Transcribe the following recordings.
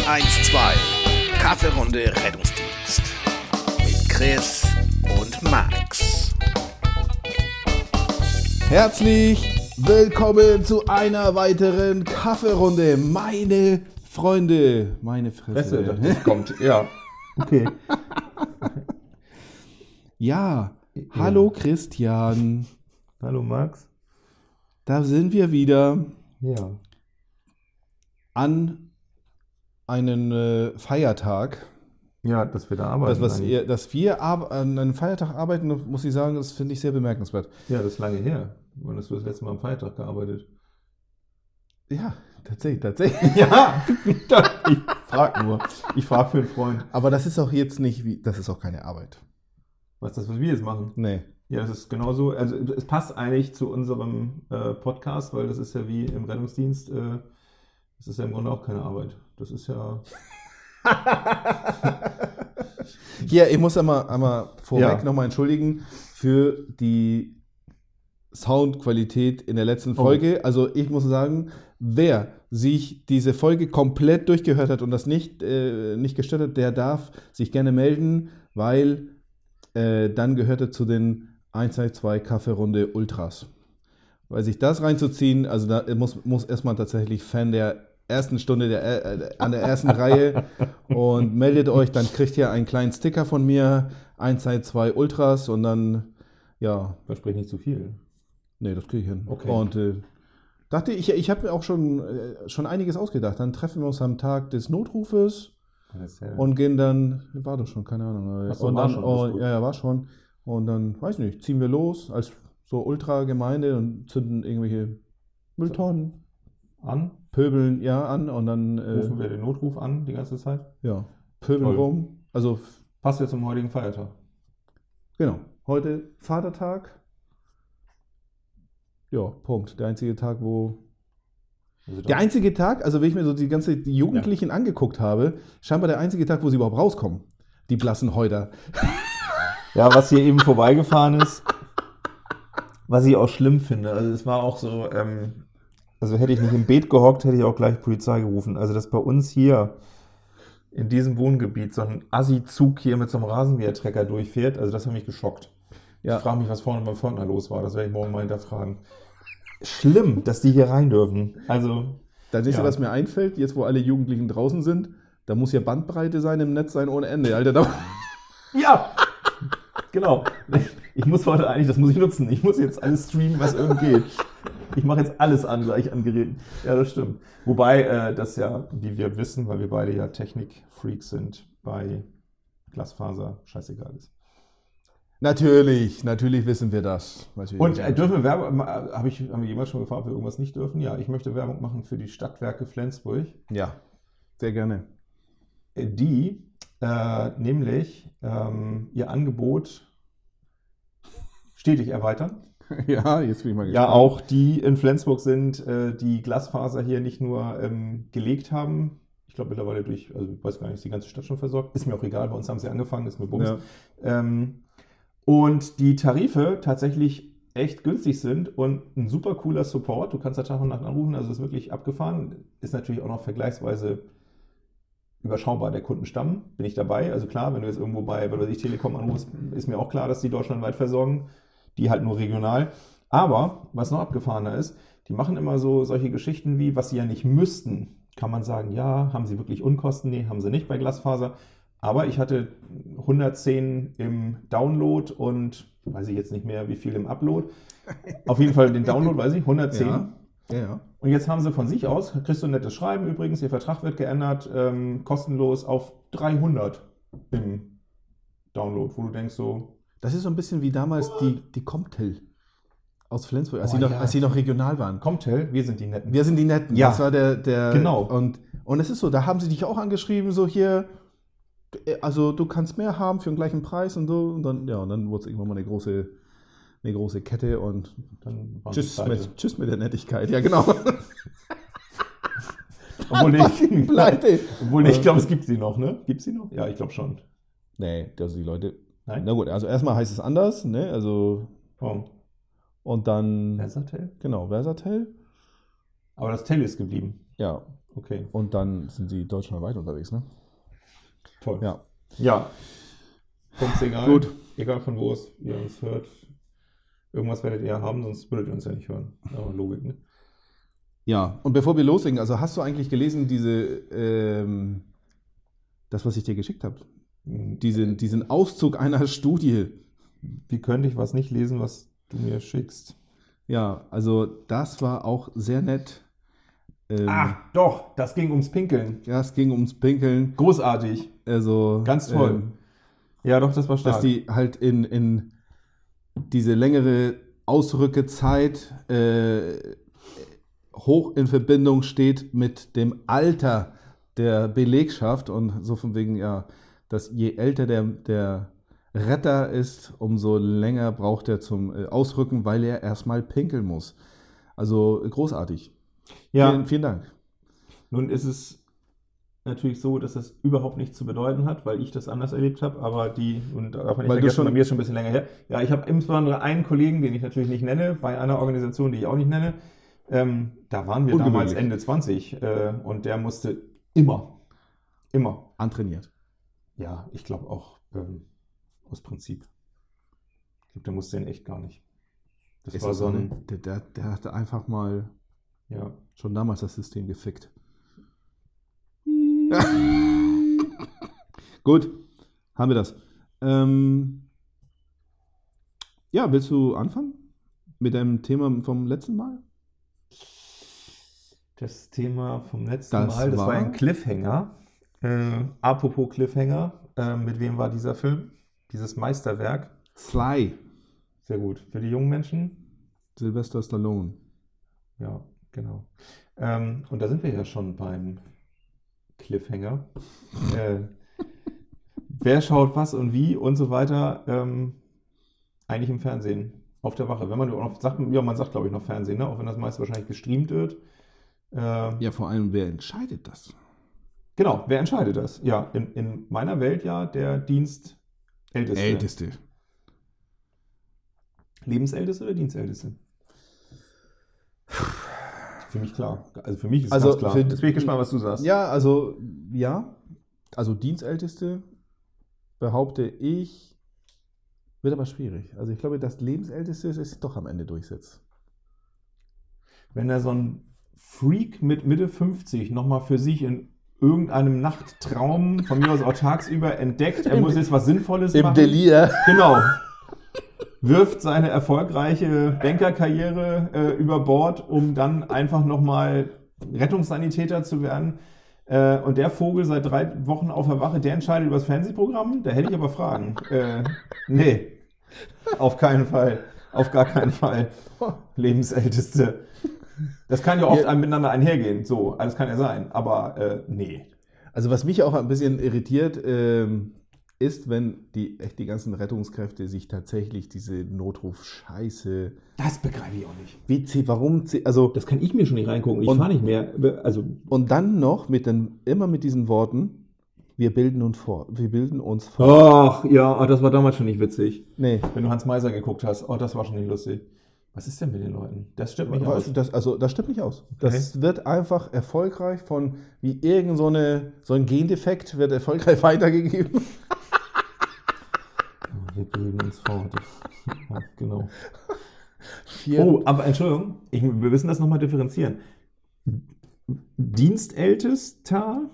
112 Kaffeerunde Rettungsdienst mit Chris und Max. Herzlich willkommen zu einer weiteren Kaffeerunde, meine Freunde, meine Fresse. Das kommt, ja. Okay. Ja, hallo Christian. Hallo Max. Da sind wir wieder Ja. an einen Feiertag. Ja, dass wir da arbeiten. Dass wir an einem Feiertag arbeiten, muss ich sagen, das finde ich sehr bemerkenswert. Ja, das ist lange her. Wann hast du das letzte Mal am Feiertag gearbeitet? Ja, tatsächlich. Ja, ich frage nur. Ich frage für einen Freund. Aber das ist auch jetzt nicht, das ist auch keine Arbeit. Was ist das, was wir jetzt machen? Nee. Ja, das ist genauso. Also es passt eigentlich zu unserem Podcast, weil das ist ja wie im Rettungsdienst. Das ist ja im Grunde auch keine Arbeit. Das ist ja... Hier, ich muss einmal vorweg nochmal entschuldigen für die Soundqualität in der letzten Folge. Also ich muss sagen, wer sich diese Folge komplett durchgehört hat und das nicht gestört hat, der darf sich gerne melden, weil dann gehört er zu den 112 Kaffeerunde Ultras. Weil sich das reinzuziehen, also da muss erstmal tatsächlich Fan der ersten Stunde an der ersten Reihe und meldet euch, dann kriegt ihr einen kleinen Sticker von mir, 112 Ultras und dann, ja. Versprich nicht zu viel. Nee, das kriege ich hin. Okay. Und dachte ich habe mir auch schon einiges ausgedacht. Dann treffen wir uns am Tag des Notrufes und gehen dann, war doch schon, keine Ahnung. Achso, und war dann, schon, ja, war schon. Und dann, weiß nicht, ziehen wir los als so Ultra-Gemeinde und zünden irgendwelche Mülltonnen. An? Pöbeln, ja, an und dann... Rufen wir den Notruf an die ganze Zeit? Ja, pöbeln Toll. rum. Also, Passt ja zum heutigen Feiertag. genau, heute Vatertag. Ja, Punkt. Der einzige Tag, wo... Der einzige Tag, also wenn ich mir so die Jugendlichen angeguckt habe, scheinbar der einzige Tag, wo sie überhaupt rauskommen. Die blassen Häuter. Ja, was hier eben vorbeigefahren ist, was ich auch schlimm finde. Also es war auch so, also hätte ich nicht im Beet gehockt, hätte ich auch gleich Polizei gerufen. Also dass bei uns hier in diesem Wohngebiet so ein Assi-Zug hier mit so einem Rasenmähertrecker durchfährt, also das hat mich geschockt. Ja. Ich frage mich, was vorne beim Pförtner los war. Das werde ich morgen mal hinterfragen. Schlimm, dass die hier rein dürfen. Also Das nächste, was mir einfällt, jetzt wo alle Jugendlichen draußen sind, da muss ja Bandbreite sein im Netz sein ohne Ende. Alter, ja, genau. Ich muss heute eigentlich, das muss ich nutzen. Ich muss jetzt alles streamen, was irgend geht. Ich mache jetzt alles an, gleich an Geräten. Ja, das stimmt. Wobei das ja, wie wir wissen, weil wir beide ja Technik-Freaks sind, bei Glasfaser scheißegal ist. Natürlich wissen wir das. Und dürfen wir Werbung, haben wir jemals schon gefragt, ob wir irgendwas nicht dürfen? Ja, ich möchte Werbung machen für die Stadtwerke Flensburg. Ja, sehr gerne. Die nämlich ihr Angebot stetig erweitern. Ja, jetzt bin ich mal gespannt. Ja, auch die in Flensburg sind, die Glasfaser hier nicht nur gelegt haben. Ich glaube mittlerweile also ich weiß gar nicht, ist die ganze Stadt schon versorgt. Ist mir auch egal, bei uns haben sie angefangen, ist mir Bums. Ja. Und die Tarife tatsächlich echt günstig sind und ein super cooler Support. Du kannst da Tag und Nacht anrufen, also ist wirklich abgefahren. Ist natürlich auch noch vergleichsweise überschaubar, der Kundenstamm. Bin ich dabei. Also klar, wenn du jetzt irgendwo bei Telekom anrufst, ist mir auch klar, dass die deutschlandweit versorgen. Die halt nur regional. Aber, was noch abgefahrener ist, die machen immer solche Geschichten wie, was sie ja nicht müssten. Kann man sagen, ja, haben sie wirklich Unkosten? Nee, haben sie nicht bei Glasfaser. Aber ich hatte 110 im Download und weiß ich jetzt nicht mehr, wie viel im Upload. Auf jeden Fall den Download, weiß ich, 110. Ja. Und jetzt haben sie von sich aus, kriegst du ein nettes Schreiben übrigens, ihr Vertrag wird geändert, kostenlos auf 300 im Download, wo du denkst so... Das ist so ein bisschen wie damals die Comtel aus Flensburg, als sie noch regional waren. Comtel, wir sind die Netten. Wir sind die Netten. Ja. Das war der genau. Und es ist so, da haben sie dich auch angeschrieben, so hier, also du kannst mehr haben für den gleichen Preis und so. Und dann wurde es irgendwann mal eine große Kette und dann tschüss mit der Nettigkeit. Ja, genau. Obwohl ich glaube, es gibt sie noch, ne? Gibt es sie noch? Ja, ich glaube schon. Nee, also die Leute... Nein? Na gut, also erstmal heißt es anders, ne? Also... Oh. Und dann... Versatel? Genau, Versatel. Aber das Tell ist geblieben. Ja. Okay. Und dann sind sie deutschlandweit unterwegs, ne? Toll. Ja. Ja. Kommt's egal. Gut. Egal von wo es ihr uns hört. Irgendwas werdet ihr haben, sonst würdet ihr uns ja nicht hören. Aber Logik, ne? Ja, und bevor wir loslegen, also hast du eigentlich gelesen, das, was ich dir geschickt habe? Diesen Auszug einer Studie. Wie könnte ich was nicht lesen, was du mir schickst? Ja, also das war auch sehr nett. Doch, das ging ums Pinkeln. Ja, es ging ums Pinkeln. Großartig. Also Ganz toll. Ja, doch, das war stark. Dass die halt in diese längere Ausrückezeit hoch in Verbindung steht mit dem Alter der Belegschaft und so von wegen, ja, dass je älter der Retter ist, umso länger braucht er zum Ausrücken, weil er erstmal pinkeln muss. Also großartig. Ja. Vielen Dank. Nun ist es natürlich so, dass das überhaupt nichts zu bedeuten hat, weil ich das anders erlebt habe, aber und darf man nicht vergessen, bei mir ist schon ein bisschen länger her. Ja, ich habe insbesondere einen Kollegen, den ich natürlich nicht nenne, bei einer Organisation, die ich auch nicht nenne. Da waren wir damals Ende 20 und der musste immer antrainiert. Ja, ich glaube auch aus Prinzip. Ich glaube, der musste den echt gar nicht. Das ist war so ein... Der hatte einfach mal schon damals das System gefickt. Gut, haben wir das. Ja, willst du anfangen mit deinem Thema vom letzten Mal? Das Thema vom letzten Mal, das war ein Cliffhanger. Apropos Cliffhanger, mit wem war dieser Film? Dieses Meisterwerk? Sly. Sehr gut. Für die jungen Menschen? Sylvester Stallone. Ja, genau. Und da sind wir ja schon beim Cliffhanger. Wer schaut was und wie und so weiter? Eigentlich im Fernsehen, auf der Wache. Wenn man noch sagt, man sagt, glaube ich, noch Fernsehen, ne? Auch wenn das meist wahrscheinlich gestreamt wird. Ja, vor allem, wer entscheidet das? Genau, wer entscheidet das? Ja, in meiner Welt ja der Dienstälteste. Lebensälteste oder Dienstälteste? Für mich klar. Also für mich ist es ganz klar. Jetzt bin ich gespannt, was du sagst. Ja, also Dienstälteste behaupte ich, wird aber schwierig. Also ich glaube, das Lebensälteste ist sich doch am Ende durchsetzt. Wenn er so ein Freak mit Mitte 50 nochmal für sich in irgendeinem Nachttraum, von mir aus auch tagsüber, entdeckt, er muss jetzt was Sinnvolles machen. Im Delir. Genau. Wirft seine erfolgreiche Bankerkarriere über Bord, um dann einfach nochmal Rettungssanitäter zu werden. Und der Vogel seit 3 Wochen auf der Wache, der entscheidet über das Fernsehprogramm? Da hätte ich aber Fragen. Nee, auf keinen Fall. Auf gar keinen Fall. Lebensälteste. Das kann ja oft miteinander einhergehen. So, alles kann ja sein. Aber nee. Also was mich auch ein bisschen irritiert, ist, wenn die ganzen Rettungskräfte sich tatsächlich diese Notruf-Scheiße... Das begreife ich auch nicht. Warum... Also, das kann ich mir schon nicht reingucken. Ich fahre nicht mehr. Also, und dann noch immer mit diesen Worten, wir bilden uns vor. Ach, ja, das war damals schon nicht witzig. Nee. Wenn du Hans Meiser geguckt hast, das war schon nicht lustig. Was ist denn mit den Leuten? Das stimmt nicht aus. Das stimmt nicht aus. Okay. Das wird einfach erfolgreich wie so ein Gendefekt wird erfolgreich weitergegeben. Wir bilden uns vor. Ja, genau. Aber Entschuldigung, wir müssen das nochmal differenzieren. Dienstältester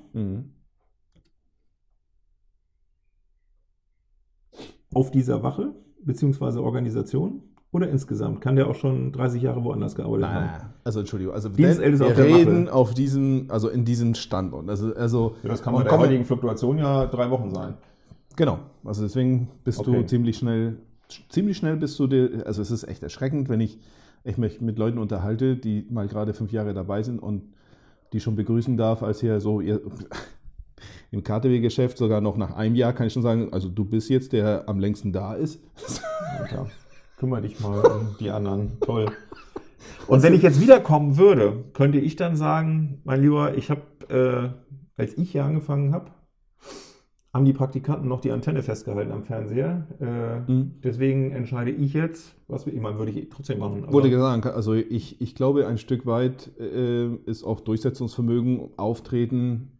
auf dieser Wache, beziehungsweise Organisation? Oder insgesamt? Kann der auch schon 30 Jahre woanders gearbeitet haben? Also Entschuldigung, Dienstälteste wir auf der reden Wache. auf in diesem Standort. Also, ja, das kann bei der heutigen Fluktuation ja 3 Wochen sein. Genau, also deswegen bist du ziemlich schnell bist du dir, also es ist echt erschreckend, wenn ich mich mit Leuten unterhalte, die mal gerade 5 Jahre dabei sind und die schon begrüßen darf, als hier so im KTW-Geschäft sogar noch nach einem Jahr, kann ich schon sagen, also du bist jetzt der am längsten da ist. Ja, kümmere dich mal um die anderen. Toll. Und wenn ich jetzt wiederkommen würde, könnte ich dann sagen, mein Lieber, ich habe, als ich hier angefangen habe, haben die Praktikanten noch die Antenne festgehalten am Fernseher. Deswegen entscheide ich jetzt, ich meine, würde ich trotzdem machen. Wollte ich sagen, also ich glaube, ein Stück weit ist auch Durchsetzungsvermögen, Auftreten,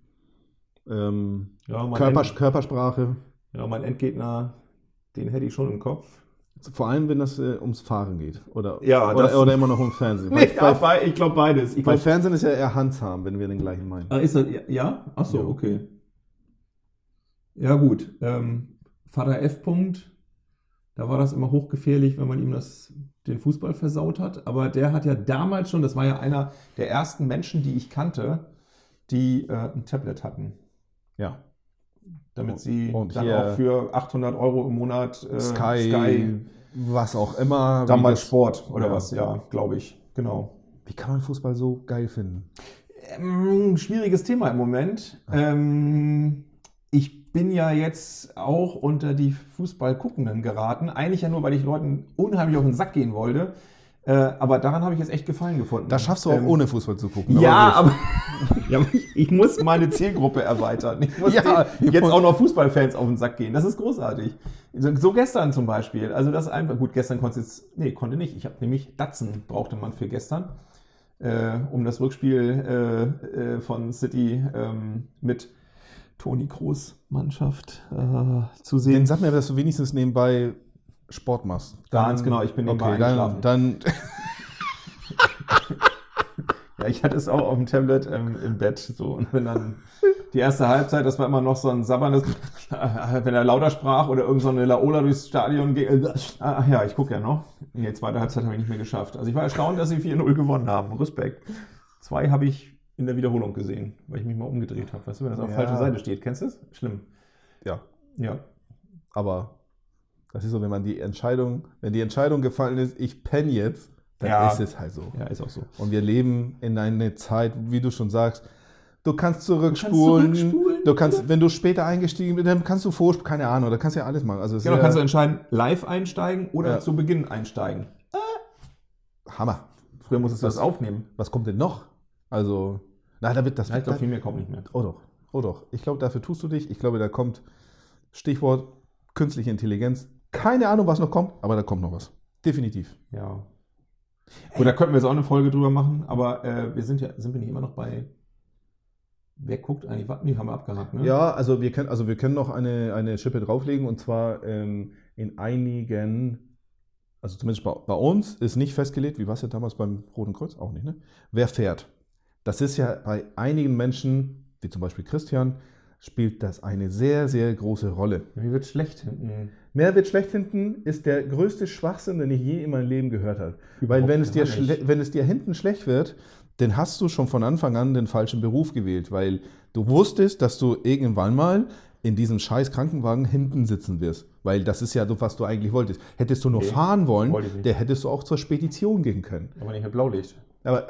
Körpersprache. Ja, mein Endgegner, den hätte ich schon im Kopf. Vor allem, wenn das ums Fahren geht. Oder immer noch ums Fernsehen. Ich glaube beides. Bei Fernsehen ist ja eher handzahm, wenn wir den gleichen meinen. Ist das, ja? Achso, ja. Okay. Ja gut. Vater F. Da war das immer hochgefährlich, wenn man ihm den Fußball versaut hat. Aber der hat ja damals schon, das war ja einer der ersten Menschen, die ich kannte, die ein Tablet hatten. Ja. Damit sie dann auch für 800 € im Monat Sky, was auch immer. Damals Sport oder was, ja, glaube ich. Genau. Wie kann man Fußball so geil finden? Schwieriges Thema im Moment. Ich bin ja jetzt auch unter die Fußballguckenden geraten. Eigentlich ja nur, weil ich Leuten unheimlich auf den Sack gehen wollte. Aber daran habe ich jetzt echt Gefallen gefunden. Das schaffst du auch ohne Fußball zu gucken. Ja, aber ich muss meine Zielgruppe erweitern. Ich muss jetzt auch noch Fußballfans auf den Sack gehen. Das ist großartig. So gestern zum Beispiel. Also das einfach, gut, gestern konnte nicht. Ich habe nämlich Datsen brauchte man für gestern, um das Rückspiel von City mit Toni Kroos Mannschaft zu sehen. Den sag mir, dass du wenigstens nebenbei Sport machst. Ganz genau, ich bin nebenbei eingeschlafen. Dann ja, ich hatte es auch auf dem Tablet im Bett. So. Und wenn dann die erste Halbzeit, das war immer noch so ein sabberndes, wenn er lauter sprach oder irgend so eine Laola durchs Stadion geht. Ja, ich gucke ja noch. Die zweite Halbzeit habe ich nicht mehr geschafft. Also ich war erstaunt, dass sie 4-0 gewonnen haben. Respekt. 2 habe ich in der Wiederholung gesehen, weil ich mich mal umgedreht habe. Weißt du, wenn das auf der falschen Seite steht. Kennst du das? Schlimm. Ja. Ja. Aber das ist so, wenn die Entscheidung gefallen ist, ich penne jetzt, dann ist es halt so. Ja, ist auch so. Und wir leben in einer Zeit, wie du schon sagst, du kannst zurückspulen. Du kannst, wenn du später eingestiegen bist, dann kannst du vorspulen, keine Ahnung, da kannst du ja alles machen. Also kannst du entscheiden, live einsteigen oder zu Beginn einsteigen. Hammer. Früher musstest du das aufnehmen. Was kommt denn noch? Also, ich glaube, viel mehr kommt nicht mehr. Oh doch. Ich glaube, dafür tust du dich. Ich glaube, da kommt Stichwort künstliche Intelligenz. Keine Ahnung, was noch kommt, aber da kommt noch was. Definitiv. Ja. Gut, da könnten wir jetzt auch eine Folge drüber machen, aber sind wir nicht immer noch bei wer guckt eigentlich was? Nee, haben wir abgehakt, ne? Ja, also wir können noch eine Schippe drauflegen und zwar in einigen, also zumindest bei uns ist nicht festgelegt, wie war es ja damals beim Roten Kreuz? Auch nicht, ne? Wer fährt. Das ist ja bei einigen Menschen, wie zum Beispiel Christian, spielt das eine sehr, sehr große Rolle. Mir wird schlecht hinten. Mehr wird schlecht hinten ist der größte Schwachsinn, den ich je in meinem Leben gehört habe. Weil wenn es dir hinten schlecht wird, dann hast du schon von Anfang an den falschen Beruf gewählt, weil du wusstest, dass du irgendwann mal in diesem scheiß Krankenwagen hinten sitzen wirst. Weil das ist ja so, was du eigentlich wolltest. Hättest du nur fahren wollen, der hättest du auch zur Spedition gehen können. Aber nicht mit Blaulicht. Aber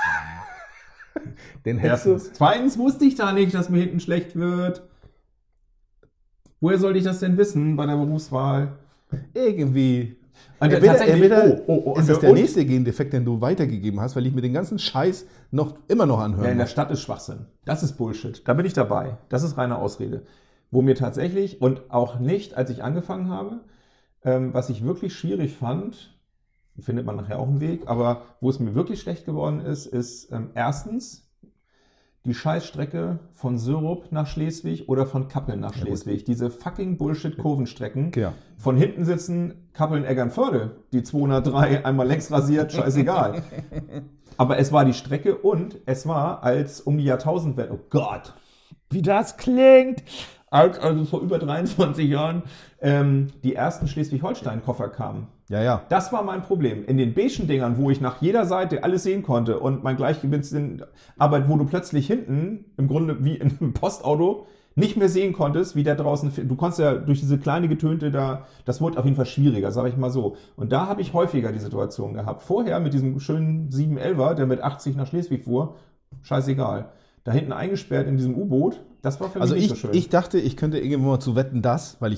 den Erstens. Zweitens wusste ich da nicht, dass mir hinten schlecht wird. Woher sollte ich das denn wissen bei der Berufswahl? Irgendwie. Entweder ist es der nächste Gendefekt, den du weitergegeben hast, weil ich mir den ganzen Scheiß immer noch anhöre. Ja, in der Stadt ist Schwachsinn. Das ist Bullshit. Da bin ich dabei. Das ist reine Ausrede. Wo mir tatsächlich, und auch nicht, als ich angefangen habe, was ich wirklich schwierig fand, findet man nachher auch einen Weg, aber wo es mir wirklich schlecht geworden ist erstens die Scheißstrecke von Syrup nach Schleswig oder von Kappeln nach Schleswig. Ja, diese fucking Bullshit-Kurvenstrecken. Ja. Von hinten sitzen Kappeln-Eggernförde, die 203 einmal längs rasiert, scheißegal. Aber es war die Strecke und es war als um die Jahrtausendwende, oh Gott, wie das klingt, also vor über 23 Jahren, die ersten Schleswig-Holstein-Koffer kamen. Ja. Das war mein Problem. In den beigen Dingern, wo ich nach jeder Seite alles sehen konnte und mein Gleichgewicht, aber wo du plötzlich hinten, im Grunde wie in einem Postauto, nicht mehr sehen konntest, wie der draußen, du konntest ja durch diese kleine Getönte da, das wurde auf jeden Fall schwieriger, sage ich mal so. Und da habe ich häufiger die Situation gehabt. Vorher mit diesem schönen 711er, der mit 80 nach Schleswig fuhr, scheißegal. Da hinten eingesperrt in diesem U-Boot, das war für mich nicht so schön. Ich dachte, ich könnte irgendwann mal zu Wetten, weil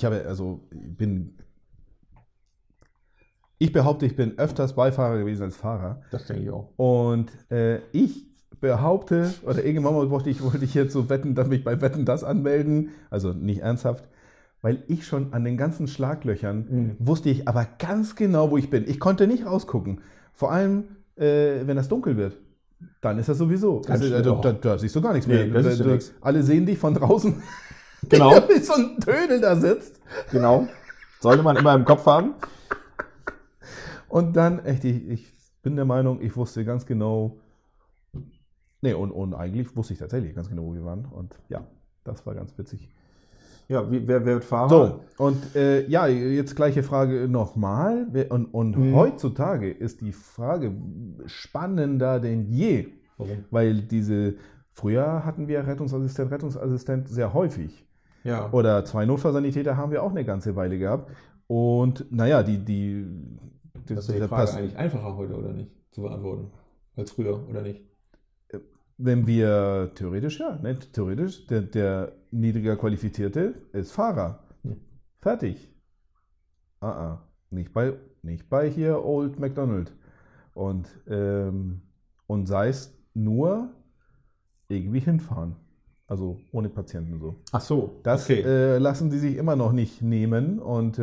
ich behaupte, ich bin öfters Beifahrer gewesen als Fahrer. Das denke ich auch. Und ich behaupte, oder irgendwann mal wollte ich jetzt so wetten, dass mich bei Wetten das anmelden, also nicht ernsthaft, weil ich schon an den ganzen Schlaglöchern wusste ich aber ganz genau, wo ich bin. Ich konnte nicht rausgucken. Vor allem, wenn das dunkel wird. Dann ist das sowieso. Da siehst du gar nichts mehr. Alle sehen dich von draußen, Genau. wie so ein Dödel da sitzt. Genau. Sollte man immer im Kopf haben. Und dann, echt, ich bin der Meinung, ich wusste ganz genau, und eigentlich wusste ich tatsächlich ganz genau, wo wir waren. Und ja, das war ganz witzig. Ja, wer wird Fahrer? So, und jetzt gleiche Frage nochmal. Und heutzutage ist die Frage spannender denn je. Okay. Weil früher hatten wir Rettungsassistent sehr häufig. Ja. Oder 2 Notfallsanitäter haben wir auch eine ganze Weile gehabt. Und naja, Das ist die Frage eigentlich einfacher heute, oder nicht, zu beantworten, als früher, oder nicht? Wenn wir theoretisch, der niedriger Qualifizierte ist Fahrer. Fertig. Nicht bei hier Old McDonald. Und sei es nur irgendwie hinfahren. Also ohne Patienten so. Ach so, Das lassen die sich immer noch nicht nehmen. Und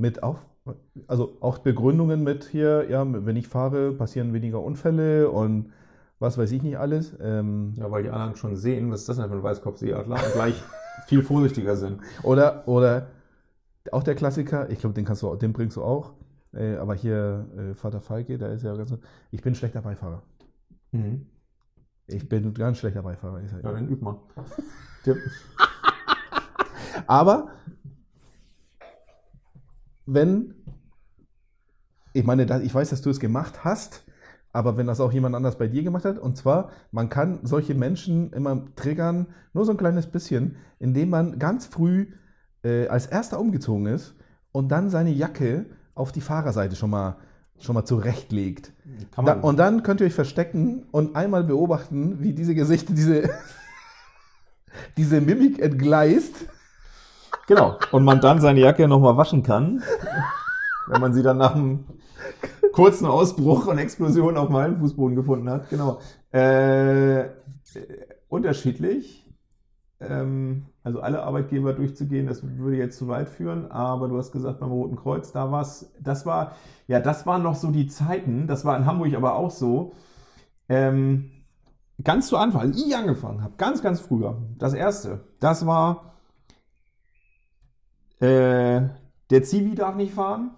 auch Begründungen mit hier, ja, wenn ich fahre, passieren weniger Unfälle und was weiß ich nicht alles. Ja, weil die anderen schon sehen, was ist das denn für ein Weißkopfseeadler, und gleich viel vorsichtiger sind. Oder auch der Klassiker, ich glaube, den bringst du auch, aber hier Vater Falke, da ist ja ganz, ich bin schlechter Beifahrer. Mhm. Ich bin ein ganz schlechter Beifahrer. Ja, dann üb mal. Aber ich weiß, dass du es gemacht hast, aber wenn das auch jemand anders bei dir gemacht hat, und zwar, man kann solche Menschen immer triggern, nur so ein kleines bisschen, indem man ganz früh als Erster umgezogen ist und dann seine Jacke auf die Fahrerseite schon mal zurechtlegt. Und dann könnt ihr euch verstecken und einmal beobachten, wie diese Gesichter, diese Mimik entgleist. Genau. Und man dann seine Jacke nochmal waschen kann, wenn man sie dann nach einem kurzen Ausbruch und Explosion auf dem Hallenfußboden gefunden hat. Genau. Unterschiedlich. Also alle Arbeitgeber durchzugehen, das würde jetzt zu weit führen, aber du hast gesagt, beim Roten Kreuz, das waren noch so die Zeiten, das war in Hamburg aber auch so, ganz zu Anfang, als ich angefangen habe, ganz, ganz früher, das erste, das war, der Zivi darf nicht fahren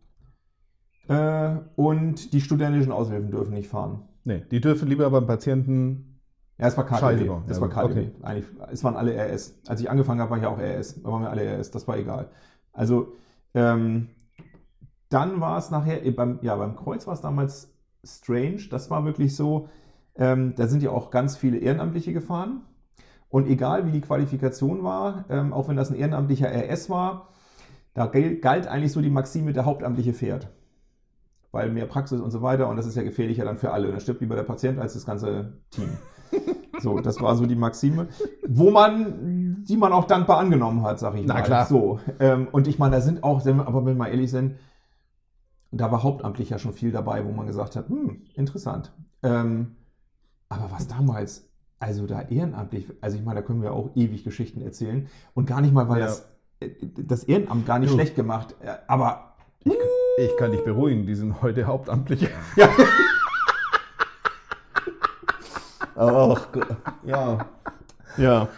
und die studentischen Aushilfen dürfen nicht fahren. Nee, die dürfen lieber beim Patienten... Ja, es war KTW. Das war KTW. Okay. Eigentlich, es waren alle RS. Als ich angefangen habe, war ich auch RS. Da waren wir alle RS. Das war egal. Also, dann war es nachher, beim Kreuz war es damals strange. Das war wirklich so, da sind ja auch ganz viele Ehrenamtliche gefahren. Und egal wie die Qualifikation war, auch wenn das ein ehrenamtlicher RS war, da galt eigentlich so die Maxime, der Hauptamtliche fährt. Weil mehr Praxis und so weiter, und das ist ja gefährlicher dann für alle. Da stirbt lieber der Patient als das ganze Team. So, das war so die Maxime, die man auch dankbar angenommen hat, sag ich mal. Na klar. So, und ich meine, da sind auch, aber wenn wir mal ehrlich sind, da war hauptamtlich ja schon viel dabei, wo man gesagt hat, interessant. Aber was damals, also da ehrenamtlich, also ich meine, da können wir auch ewig Geschichten erzählen und gar nicht mal, weil das Ehrenamt gar nicht schlecht gemacht, aber... Ich kann dich beruhigen, die sind heute Hauptamtliche. Ja. Ach Gott. Ja. Ja.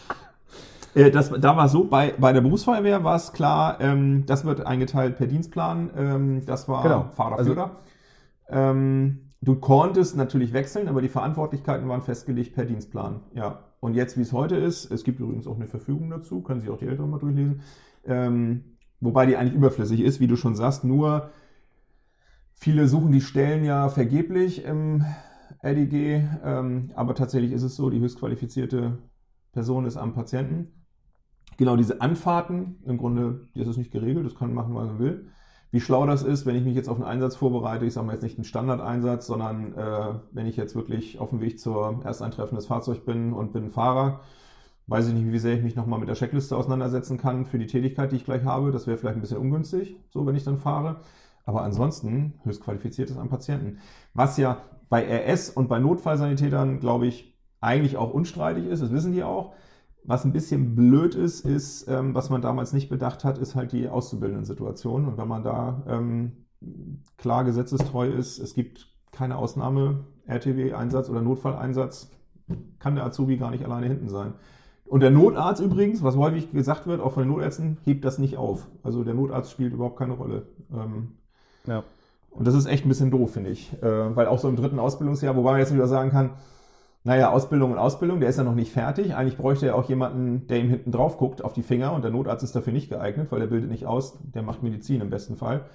Da war so, bei der Berufsfeuerwehr war es klar, das wird eingeteilt per Dienstplan, das war Fahrerführer. Du konntest natürlich wechseln, aber die Verantwortlichkeiten waren festgelegt per Dienstplan. Ja. Und jetzt, wie es heute ist, es gibt übrigens auch eine Verfügung dazu, können sich auch die Älteren mal durchlesen, wobei die eigentlich überflüssig ist, wie du schon sagst, nur viele suchen die Stellen ja vergeblich im RDG, aber tatsächlich ist es so, die höchstqualifizierte Person ist am Patienten. Genau, diese Anfahrten, im Grunde ist es nicht geregelt, das kann man machen, was man will. Wie schlau das ist, wenn ich mich jetzt auf einen Einsatz vorbereite, ich sage mal jetzt nicht einen Standardeinsatz, sondern wenn ich jetzt wirklich auf dem Weg zur Ersteintreffen des Fahrzeugs bin und bin Fahrer, weiß ich nicht, wie sehr ich mich nochmal mit der Checkliste auseinandersetzen kann für die Tätigkeit, die ich gleich habe. Das wäre vielleicht ein bisschen ungünstig, so wenn ich dann fahre. Aber ansonsten höchst qualifiziert ist am Patienten. Was ja bei RS und bei Notfallsanitätern, glaube ich, eigentlich auch unstreitig ist. Das wissen die auch. Was ein bisschen blöd ist, was man damals nicht bedacht hat, ist halt die Auszubildenden-Situation. Und wenn man da klar gesetzestreu ist, es gibt keine Ausnahme, RTW-Einsatz oder Notfalleinsatz, kann der Azubi gar nicht alleine hinten sein. Und der Notarzt übrigens, was häufig gesagt wird, auch von den Notärzten, hebt das nicht auf. Also der Notarzt spielt überhaupt keine Rolle. Ja. Und das ist echt ein bisschen doof, finde ich. Weil auch so im 3. Ausbildungsjahr, wobei man jetzt wieder sagen kann, naja, Ausbildung und Ausbildung, der ist ja noch nicht fertig. Eigentlich bräuchte er auch jemanden, der ihm hinten drauf guckt auf die Finger. Und der Notarzt ist dafür nicht geeignet, weil der bildet nicht aus. Der macht Medizin im besten Fall.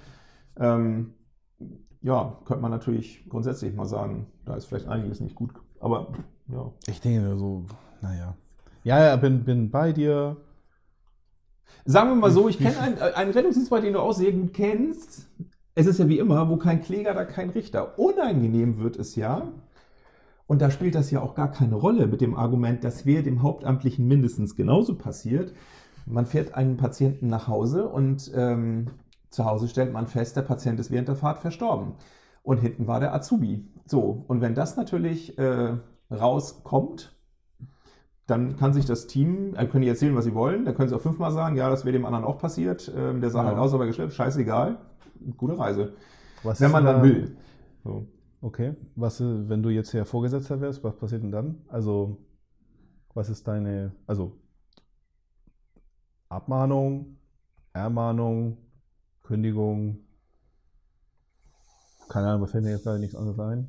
Ja, könnte man natürlich grundsätzlich mal sagen, da ist vielleicht einiges nicht gut. Aber ja. Ich denke so, naja. Ja, bin bei dir. Sagen wir mal so, ich kenne einen Rettungsdienst, den du auch sehr gut kennst. Es ist ja wie immer, wo kein Kläger, da kein Richter. Unangenehm wird es ja. Und da spielt das ja auch gar keine Rolle mit dem Argument, das wäre dem Hauptamtlichen mindestens genauso passiert. Man fährt einen Patienten nach Hause und zu Hause stellt man fest, der Patient ist während der Fahrt verstorben. Und hinten war der Azubi. So, und wenn das natürlich rauskommt, dann kann sich das Team, können die erzählen, was sie wollen, dann können sie auch 5-mal sagen, ja, das wäre dem anderen auch passiert, der sah halt aus, aber geschleppt, scheißegal, gute Reise. Wenn man dann will. So. Okay, wenn du jetzt hier Vorgesetzter wärst, was passiert denn dann? Also, was ist deine, Abmahnung, Ermahnung, Kündigung? Keine Ahnung, was fällt mir jetzt gerade nichts anderes ein?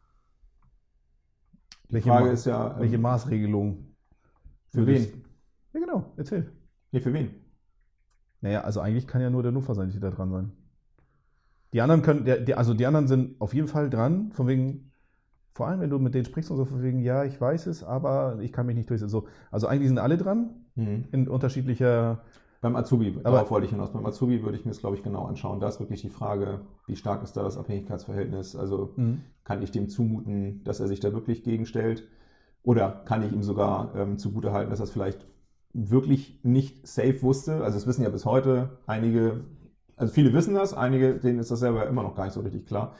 Die Frage ist ja... welche Maßregelung? Für wen? Ja genau, erzähl. Nee, für wen? Naja, also eigentlich kann ja nur der Notfallsanitäter dran sein. Die anderen können, die anderen sind auf jeden Fall dran, von wegen, vor allem wenn du mit denen sprichst und so, von wegen, ja, ich weiß es, aber ich kann mich nicht durchsetzen. So, also eigentlich sind alle dran, in unterschiedlicher... Beim Azubi, darauf wollte ich hinaus. Beim Azubi würde ich mir das, glaube ich, genau anschauen. Da ist wirklich die Frage, wie stark ist da das Abhängigkeitsverhältnis? Also kann ich dem zumuten, dass er sich da wirklich gegenstellt? Oder kann ich ihm sogar zugutehalten, dass er es vielleicht wirklich nicht safe wusste? Also das wissen ja bis heute einige, also viele wissen das, einige, denen ist das selber immer noch gar nicht so richtig klar.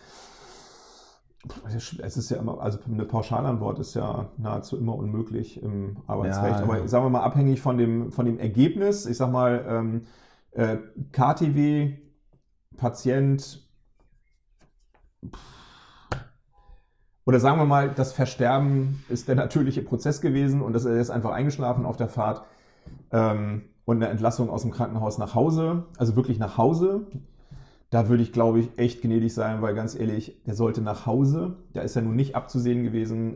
Es ist ja immer, also eine Pauschalantwort ist ja nahezu immer unmöglich im Arbeitsrecht. Ja, aber sagen wir mal, abhängig von dem Ergebnis, ich sag mal, KTW, Patient, oder sagen wir mal, das Versterben ist der natürliche Prozess gewesen und er ist einfach eingeschlafen auf der Fahrt und eine Entlassung aus dem Krankenhaus nach Hause, also wirklich nach Hause. Da würde ich, glaube ich, echt gnädig sein, weil ganz ehrlich, der sollte nach Hause. Da ist ja nun nicht abzusehen gewesen.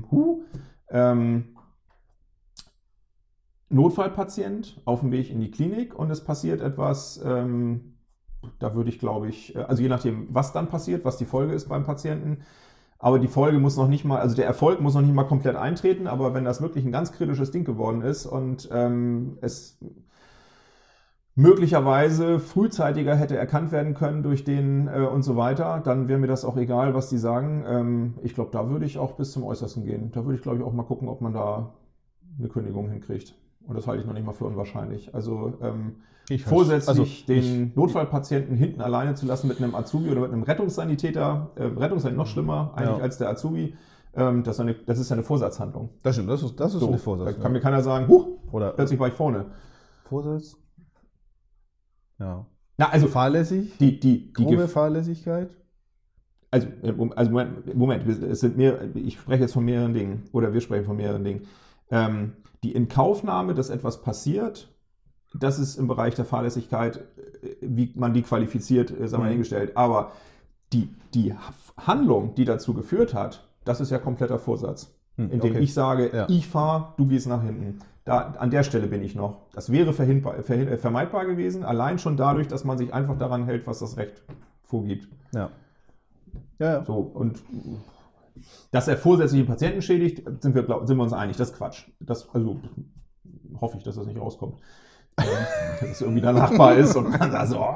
Notfallpatient auf dem Weg in die Klinik und es passiert etwas. Da würde ich, glaube ich, also je nachdem, was dann passiert, was die Folge ist beim Patienten. Aber die Folge muss noch nicht mal, also der Erfolg muss noch nicht mal komplett eintreten. Aber wenn das wirklich ein ganz kritisches Ding geworden ist und es möglicherweise frühzeitiger hätte erkannt werden können durch den und so weiter, dann wäre mir das auch egal, was die sagen. Ich glaube, da würde ich auch bis zum Äußersten gehen. Da würde ich, glaube ich, auch mal gucken, ob man da eine Kündigung hinkriegt. Und das halte ich noch nicht mal für unwahrscheinlich. Also vorsätzlich den Notfallpatienten hinten alleine zu lassen mit einem Azubi oder mit einem Rettungssanitäter, Rettungssanitäter noch schlimmer eigentlich als der Azubi, das ist ja eine Vorsatzhandlung. Das stimmt, das ist so, eine Vorsatz. Da kann mir keiner sagen, huch, oder plötzlich war ich vorne. Vorsatz? Ja. Na, also fahrlässig? Die grobe Fahrlässigkeit? Also Moment, ich spreche jetzt von mehreren Dingen, oder wir sprechen von mehreren Dingen. Die Inkaufnahme, dass etwas passiert, das ist im Bereich der Fahrlässigkeit, wie man die qualifiziert, sagen wir hingestellt. Aber die Handlung, die dazu geführt hat, das ist ja kompletter Vorsatz. Indem ich sage, ich fahre, du gehst nach hinten. An der Stelle bin ich noch. Das wäre vermeidbar gewesen, allein schon dadurch, dass man sich einfach daran hält, was das Recht vorgibt. Ja. So, und dass er vorsätzlich den Patienten schädigt, sind wir uns einig, das ist Quatsch. Also hoffe ich, dass das nicht rauskommt. Dass es irgendwie danachbar ist und man sagt so,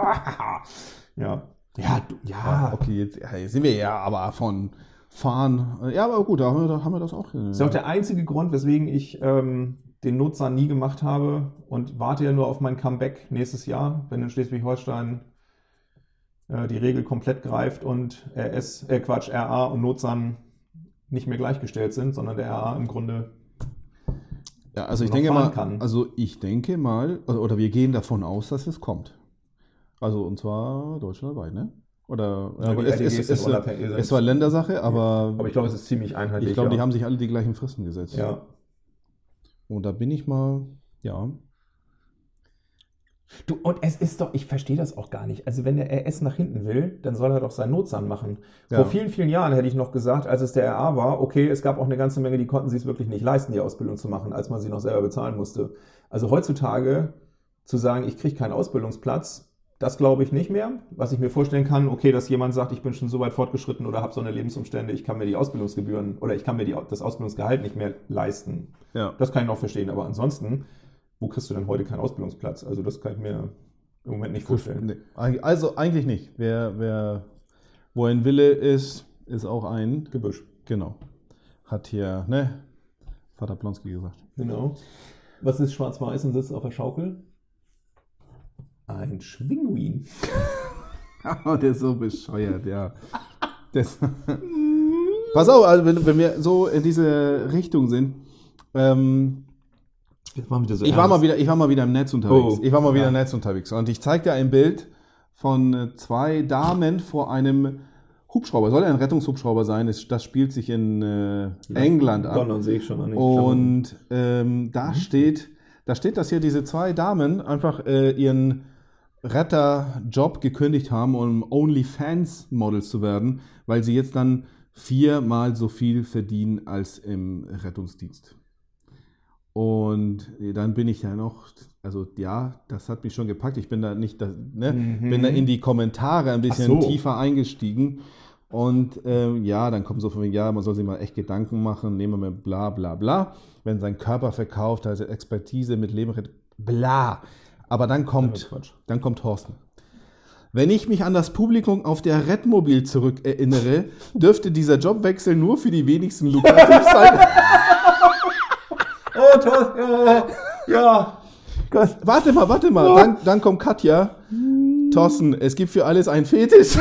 okay, jetzt sind wir ja aber von Fahren. Ja, aber gut, da haben wir das auch. Das ist auch der einzige Grund, weswegen ich den Notsan nie gemacht habe und warte ja nur auf mein Comeback nächstes Jahr, wenn in Schleswig-Holstein die Regel komplett greift und RA und Notsan nicht mehr gleichgestellt sind, sondern der RA im Grunde Ja, also ich noch denke fahren mal, kann. oder wir gehen davon aus, dass es kommt. Also und zwar deutschlandweit, ne? Oder Ja, aber die es RDGs sind unabhängig. es war Ländersache, aber Aber ich glaube, es ist ziemlich einheitlich. ich glaube, die ja. haben sich alle die gleichen Fristen gesetzt. Ja. Und da bin ich mal, ja. Du, und es ist doch, ich verstehe das auch gar nicht. Also wenn der RS nach hinten will, dann soll er doch seinen Notsan machen. Ja. Vor vielen, vielen Jahren hätte ich noch gesagt, als es der RA war, okay, es gab auch eine ganze Menge, die konnten sich es wirklich nicht leisten, die Ausbildung zu machen, als man sie noch selber bezahlen musste. Also heutzutage zu sagen, ich kriege keinen Ausbildungsplatz, das glaube ich nicht mehr. Was ich mir vorstellen kann, okay, dass jemand sagt, ich bin schon so weit fortgeschritten oder habe so eine Lebensumstände, ich kann mir die Ausbildungsgebühren oder ich kann mir das Ausbildungsgehalt nicht mehr leisten. Ja. Das kann ich noch verstehen, aber ansonsten, wo kriegst du denn heute keinen Ausbildungsplatz? Also das kann ich mir im Moment nicht vorstellen. Nee. Also eigentlich nicht. Wo ein Wille ist, ist auch ein Gebüsch. Genau. Hat hier, ne? Vater Plonski gesagt. Genau. Was ist schwarz-weiß und sitzt auf der Schaukel? Ein Schwinguin. Oh, der ist so bescheuert, ja. Pass auf, also wenn wir so in diese Richtung sind, Jetzt machen wir so ich war mal wieder im Netz unterwegs. Im Netz unterwegs. Und ich zeig dir ein Bild von 2 Damen vor einem Hubschrauber. Soll ein Rettungshubschrauber sein. Das spielt sich in England ab. London sehe ich schon an den Und da steht, dass hier diese 2 Damen einfach ihren Retterjob gekündigt haben, um OnlyFans-Models zu werden, weil sie jetzt dann 4-mal so viel verdienen als im Rettungsdienst. Und dann bin ich ja noch, also ja, das hat mich schon gepackt. Ich bin da nicht, bin da in die Kommentare ein bisschen tiefer eingestiegen. Und ja, dann kommt so von wegen, ja, man soll sich mal echt Gedanken machen, nehmen wir bla bla bla. Wenn sein Körper verkauft, also Expertise mit Leben rettet, bla. Aber dann kommt Thorsten. Wenn ich mich an das Publikum auf der Rettmobil zurückerinnere, dürfte dieser Jobwechsel nur für die wenigsten lukrativ sein. Oh, Thorsten, ja. Warte mal. Dann kommt Katja. Thorsten, es gibt für alles einen Fetisch.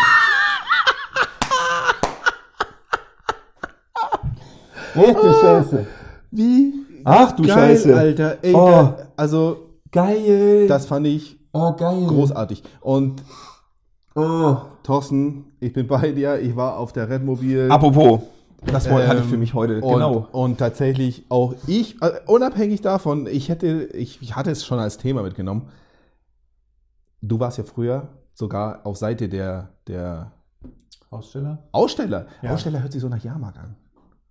Ach du Scheiße. Wie Ach du geil, Scheiße. Alter. Ey, Oh. also Geil. das fand ich geil. großartig. Und Oh. Thorsten, ich bin bei dir. Ich war auf der Rettmobil. Apropos, das hatte ich für mich heute. Und tatsächlich auch ich, unabhängig davon, ich hatte es schon als Thema mitgenommen. Du warst ja früher sogar auf Seite der Aussteller? Aussteller. Ja. Aussteller hört sich so nach Jahrmarkt an.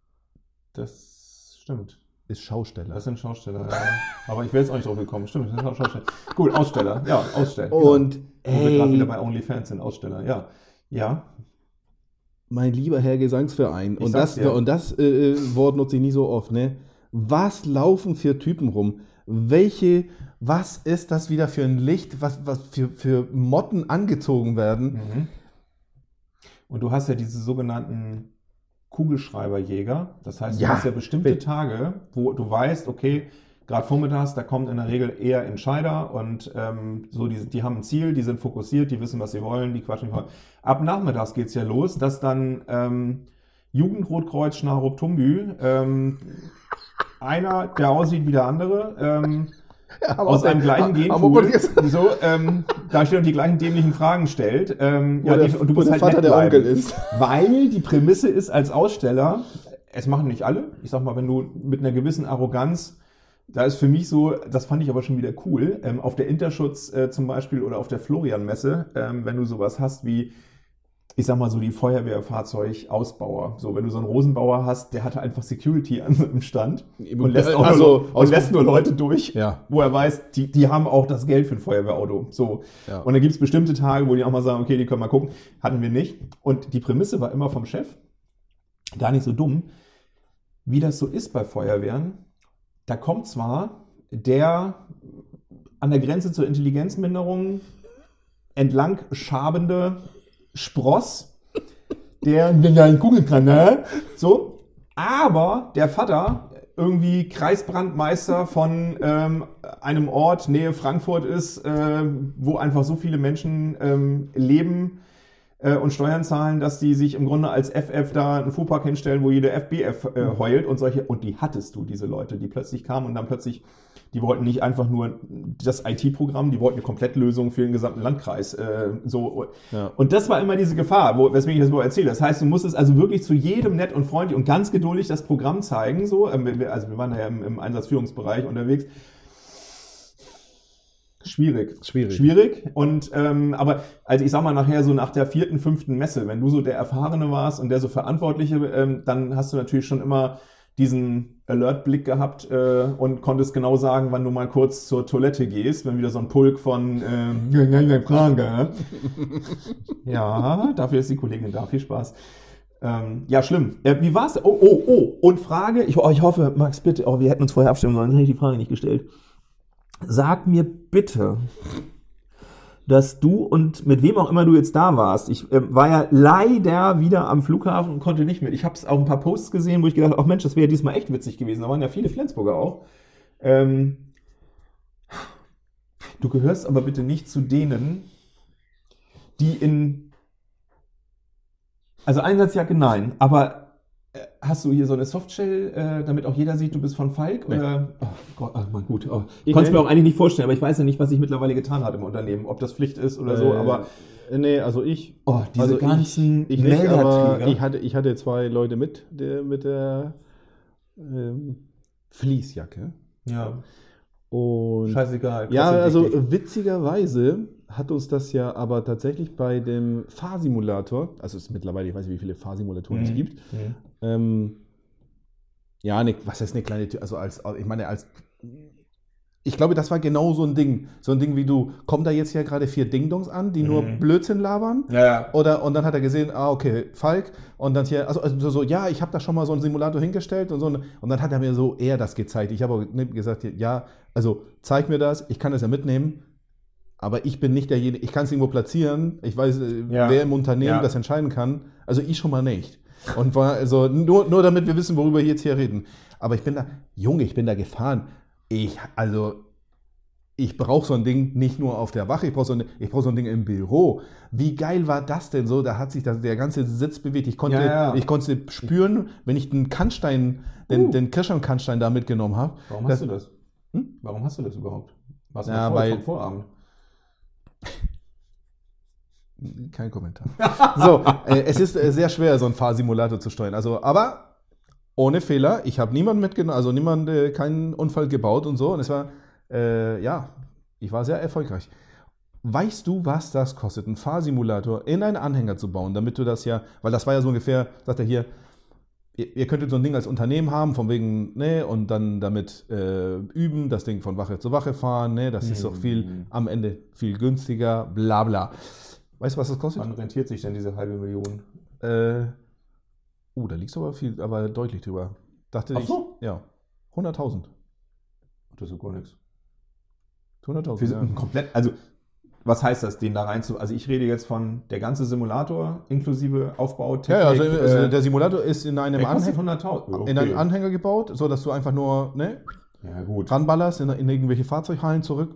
Das stimmt. Ist Schausteller. Das sind Schausteller, ja. Aber ich wäre jetzt auch nicht drauf gekommen. Stimmt, das sind auch Schausteller. Gut, Aussteller. Ja, Ausstellen. Und genau. Wo wir gerade wieder bei OnlyFans sind, Aussteller. Ja. Ja. Mein lieber Herr Gesangsverein. Und sag's das dir. Wort nutze ich nie so oft, ne? Was laufen für Typen rum? Was ist das wieder für ein Licht, was für Motten angezogen werden? Und du hast ja diese sogenannten Kugelschreiberjäger. Das heißt, Ja, du hast ja bestimmte Tage, wo du weißt, okay, gerade vormittags, da kommt in der Regel eher Entscheider und die haben ein Ziel, die sind fokussiert, die wissen, was sie wollen, die quatschen nicht voll. Ab nachmittags geht es ja los, dass dann Jugendrotkreuz Schnarup-Tumbü, einer, der aussieht wie der andere, aus einem gleichen Genpool, da steht und die gleichen dämlichen Fragen stellt. Und du musst halt Vater nett der bleiben. Onkel ist. Weil die Prämisse ist als Aussteller, es machen nicht alle. Ich sag mal, wenn du mit einer gewissen Arroganz, da ist für mich so, das fand ich aber schon wieder cool, auf der Interschutz zum Beispiel oder auf der Florian-Messe, wenn du sowas hast wie, ich sag mal so die Feuerwehrfahrzeugausbauer. So, wenn du so einen Rosenbauer hast, der hatte einfach Security an seinem Stand und lässt nur Leute durch, Ja. wo er weiß, die haben auch das Geld für ein Feuerwehrauto. So. Ja. Und dann gibt es bestimmte Tage, wo die auch mal sagen, okay, die können mal gucken. Hatten wir nicht. Und die Prämisse war immer vom Chef, gar nicht so dumm, wie das so ist bei Feuerwehren. Da kommt zwar der an der Grenze zur Intelligenzminderung entlang schabende Spross, der nicht gucken kann, ne? So, aber der Vater irgendwie Kreisbrandmeister von einem Ort Nähe Frankfurt ist, wo einfach so viele Menschen leben und Steuern zahlen, dass die sich im Grunde als FF da einen Fuhrpark hinstellen, wo jede FBF heult und solche. Und die hattest du, diese Leute, die plötzlich kamen und dann plötzlich, die wollten nicht einfach nur das IT-Programm, die wollten eine Komplettlösung für den gesamten Landkreis. Ja. Und das war immer diese Gefahr, weswegen ich das überhaupt erzähle. Das heißt, du musstest also wirklich zu jedem nett und freundlich und ganz geduldig das Programm zeigen. So. Also wir waren ja im Einsatzführungsbereich unterwegs. Schwierig. Und aber also ich sag mal nachher so nach der 4., 5. Messe, wenn du so der Erfahrene warst und der so Verantwortliche, dann hast du natürlich schon immer diesen Alert-Blick gehabt und konntest genau sagen, wann du mal kurz zur Toilette gehst, wenn wieder so ein Pulk von ja, dafür ist die Kollegin da, viel Spaß. Ja, schlimm. Wie war's? Oh, und Frage, ich hoffe, Max, bitte, wir hätten uns vorher abstimmen sollen, dann hätte ich die Frage nicht gestellt. Sag mir bitte, dass du und mit wem auch immer du jetzt da warst, ich war ja leider wieder am Flughafen und konnte nicht mit. Ich habe es auch ein paar Posts gesehen, wo ich gedacht habe, Mensch, das wäre diesmal echt witzig gewesen. Da waren ja viele Flensburger auch. Du gehörst aber bitte nicht zu denen, die also Einsatzjacke nein, aber hast du hier so eine Softshell, damit auch jeder sieht, du bist von Falk? Nee. Oder? Oh Gott, mal gut. Oh. Ich konnte es mir auch eigentlich nicht vorstellen, aber ich weiß ja nicht, was sich mittlerweile getan hat im Unternehmen, ob das Pflicht ist oder so, aber... Nee, also ich... Oh, diese ganzen ich nicht, aber ich hatte 2 Leute mit der Fließjacke. Ja. Und scheißegal. Ja, also witzigerweise hat uns das ja aber tatsächlich bei dem Fahrsimulator, also es ist mittlerweile, ich weiß nicht, wie viele Fahrsimulatoren es gibt, was heißt eine kleine Tür, also ich glaube, das war genau so ein Ding wie du, kommen da jetzt ja gerade 4 Ding-Dongs an, die nur Blödsinn labern, und dann hat er gesehen, okay, Falk, und dann hier, ja, ich habe da schon mal so einen Simulator hingestellt und so, und dann hat er mir so eher das gezeigt, ich habe auch gesagt, ja, also zeig mir das, ich kann das ja mitnehmen, aber ich bin nicht derjenige, ich kann es irgendwo platzieren, ich weiß, wer im Unternehmen das entscheiden kann, also ich schon mal nicht. Und war also nur damit wir wissen, worüber wir jetzt hier reden. Aber ich bin da gefahren. Ich brauche so ein Ding nicht nur auf der Wache, ich brauche so ein Ding im Büro. Wie geil war das denn so? Da hat sich der ganze Sitz bewegt. Ich konnte spüren, wenn ich den Kannstein, den Kirschbaum-Kannstein da mitgenommen habe. Warum hast du das? Warum hast du das überhaupt? Warst du vom Vorabend? Kein Kommentar. So, es ist sehr schwer, so einen Fahrsimulator zu steuern. Also, aber ohne Fehler. Ich habe niemanden mitgenommen, also keinen Unfall gebaut und so. Und es war, ich war sehr erfolgreich. Weißt du, was das kostet, einen Fahrsimulator in einen Anhänger zu bauen, damit du das weil das war ja so ungefähr, sagt er hier, ihr könntet so ein Ding als Unternehmen haben, von wegen, und dann damit üben, das Ding von Wache zu Wache fahren, das ist auch am Ende viel günstiger, bla bla. Weißt du, was das kostet? Wann rentiert sich denn diese $500.000? Da liegst du aber deutlich drüber. Dachte ich. Ja. 100.000. Das ist gar nichts. 100.000. Ja. Komplett, also was heißt das, den da rein also ich rede jetzt von der ganze Simulator inklusive Aufbau, Technik. Ja, also der Simulator ist in einem Anhänger, Anhänger gebaut, so dass du einfach nur ranballerst, in irgendwelche Fahrzeughallen zurück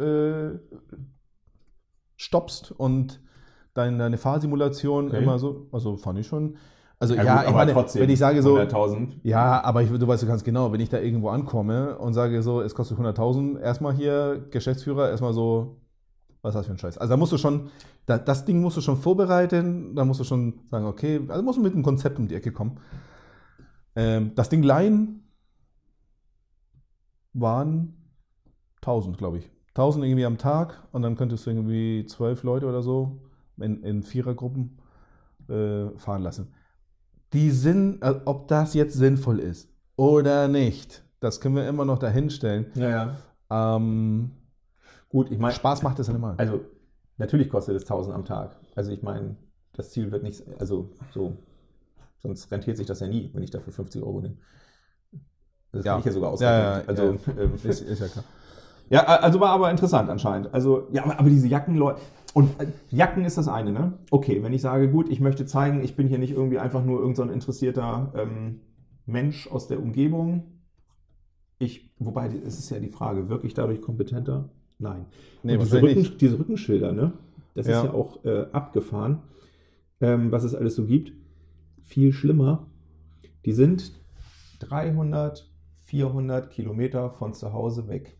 stoppst und deine Fahrsimulation immer so, also fand ich schon. Also ich meine, trotzdem, wenn ich sage so, 100.000. Ja, aber du weißt ganz genau, wenn ich da irgendwo ankomme und sage so, es kostet 100.000, erstmal hier Geschäftsführer, erstmal so, was ist das für ein Scheiß? Also da musst du schon, das Ding musst du schon vorbereiten, da musst du schon sagen, okay, also musst du mit einem Konzept um die Ecke kommen. Das Ding leihen waren 1.000, glaube ich. 1.000 irgendwie am Tag und dann könntest du irgendwie 12 Leute oder so in Vierergruppen fahren lassen. Ob das jetzt sinnvoll ist oder nicht, das können wir immer noch dahinstellen. Gut, ich meine, Spaß macht es ja immer. Also natürlich kostet es 1.000 am Tag. Also ich meine, das Ziel wird nicht, also so, sonst rentiert sich das ja nie, wenn ich dafür 50 € nehme. Das kann ich ja sogar ausrechnen. Ist ja klar. Ja, also war aber interessant anscheinend. Also, ja, aber diese Jacken, Leute. Und Jacken ist das eine, ne? Okay, wenn ich sage, gut, ich möchte zeigen, ich bin hier nicht irgendwie einfach nur irgend so ein interessierter Mensch aus der Umgebung, Wobei, es ist ja die Frage, wirklich dadurch kompetenter? Nein. Nee, Und diese Rückenschilder, ne? Das Ja. ist ja auch abgefahren, was es alles so gibt. Viel schlimmer. Die sind 300, 400 Kilometer von zu Hause weg.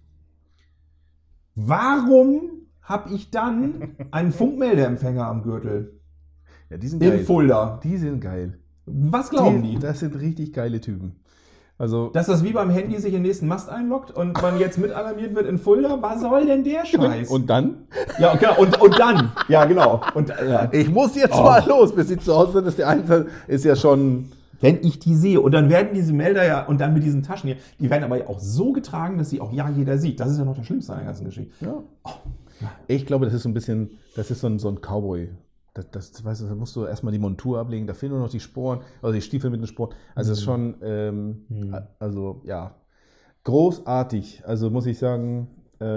Warum habe ich dann einen Funkmeldeempfänger am Gürtel? Ja, die sind In geil. Fulda. Die sind geil. Was glauben die? Das sind richtig geile Typen. Also, Dass das wie beim Handy sich in den nächsten Mast einloggt und man jetzt mit alarmiert wird in Fulda? Was soll denn der Scheiß? und dann? ja, genau. Und dann. Ja, genau. Und, ja. Ich muss jetzt mal los, bis sie zu Hause sind. Das ist der Einzelne, ist ja schon. Wenn ich die sehe, und dann werden diese Melder ja, und dann mit diesen Taschen hier, die werden aber auch so getragen, dass sie auch jeder sieht. Das ist ja noch das Schlimmste an der ganzen Geschichte. Ja. Ich glaube, das ist so ein bisschen, das ist so ein Cowboy. Weißt du, da musst du erstmal die Montur ablegen, da fehlen nur noch die Sporen, also die Stiefel mit den Sporen. Also es ist schon, also ja, großartig. Also muss ich sagen,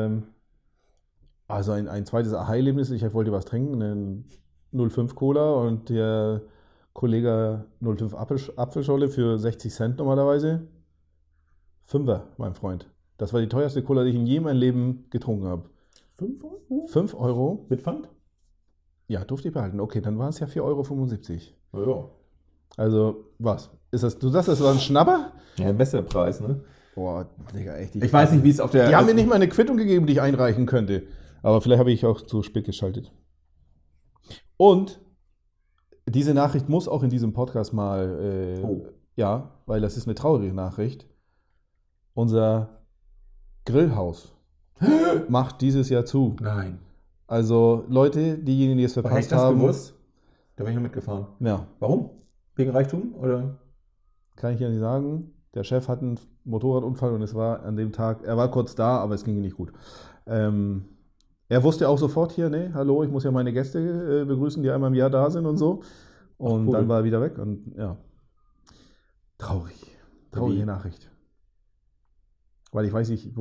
also ein zweites Aha-Erlebnis. Ich wollte was trinken, einen 05 Cola und der Kollege 05 Apfelschorle für 60 Cent normalerweise. Fünfer, mein Freund. Das war die teuerste Cola, die ich in je meinem Leben getrunken habe. 5 Euro? 5 Euro? Mit Pfand? Ja, durfte ich behalten. Okay, dann war es ja 4,75 Euro. Ja. Also, was? Ist das, du sagst, das war ein Schnapper? Ja, besser Preis, ne? Boah, Digga, echt. Ich weiß nicht, wie es auf der... Die haben mir nicht mal eine Quittung gegeben, die ich einreichen könnte. Aber vielleicht habe ich auch zu spät geschaltet. Und diese Nachricht muss auch in diesem Podcast mal, ja, weil das ist eine traurige Nachricht. Unser Grillhaus macht dieses Jahr zu. Nein. Also Leute, diejenigen, die es Aber hätte ich verpasst das haben. gewusst? Da wäre ich noch mitgefahren. Ja, Warum? Wegen Reichtum? Oder? kann ich ja nicht sagen. Der Chef hat einen Motorradunfall und es war an dem Tag, er war kurz da, aber es ging ihm nicht gut. Er wusste auch sofort hier, ne, hallo, ich muss ja meine Gäste begrüßen, die einmal im Jahr da sind und so. Und cool. dann war er wieder weg und ja. Traurige Nachricht. Weil ich weiß nicht,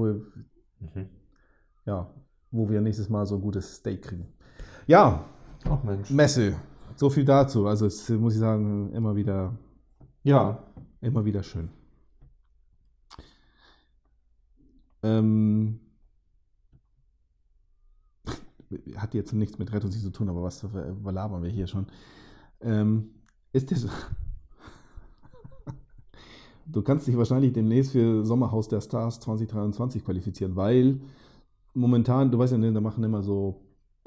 wo wir nächstes Mal so ein gutes Steak kriegen. Ja, Ach Mensch. Messe. So viel dazu. Also es muss ich sagen, immer wieder schön. Hat jetzt nichts mit Rettung zu tun, aber was labern wir hier schon? Ist das... Du kannst dich wahrscheinlich demnächst für Sommerhaus der Stars 2023 qualifizieren, weil momentan, du weißt ja, da machen immer so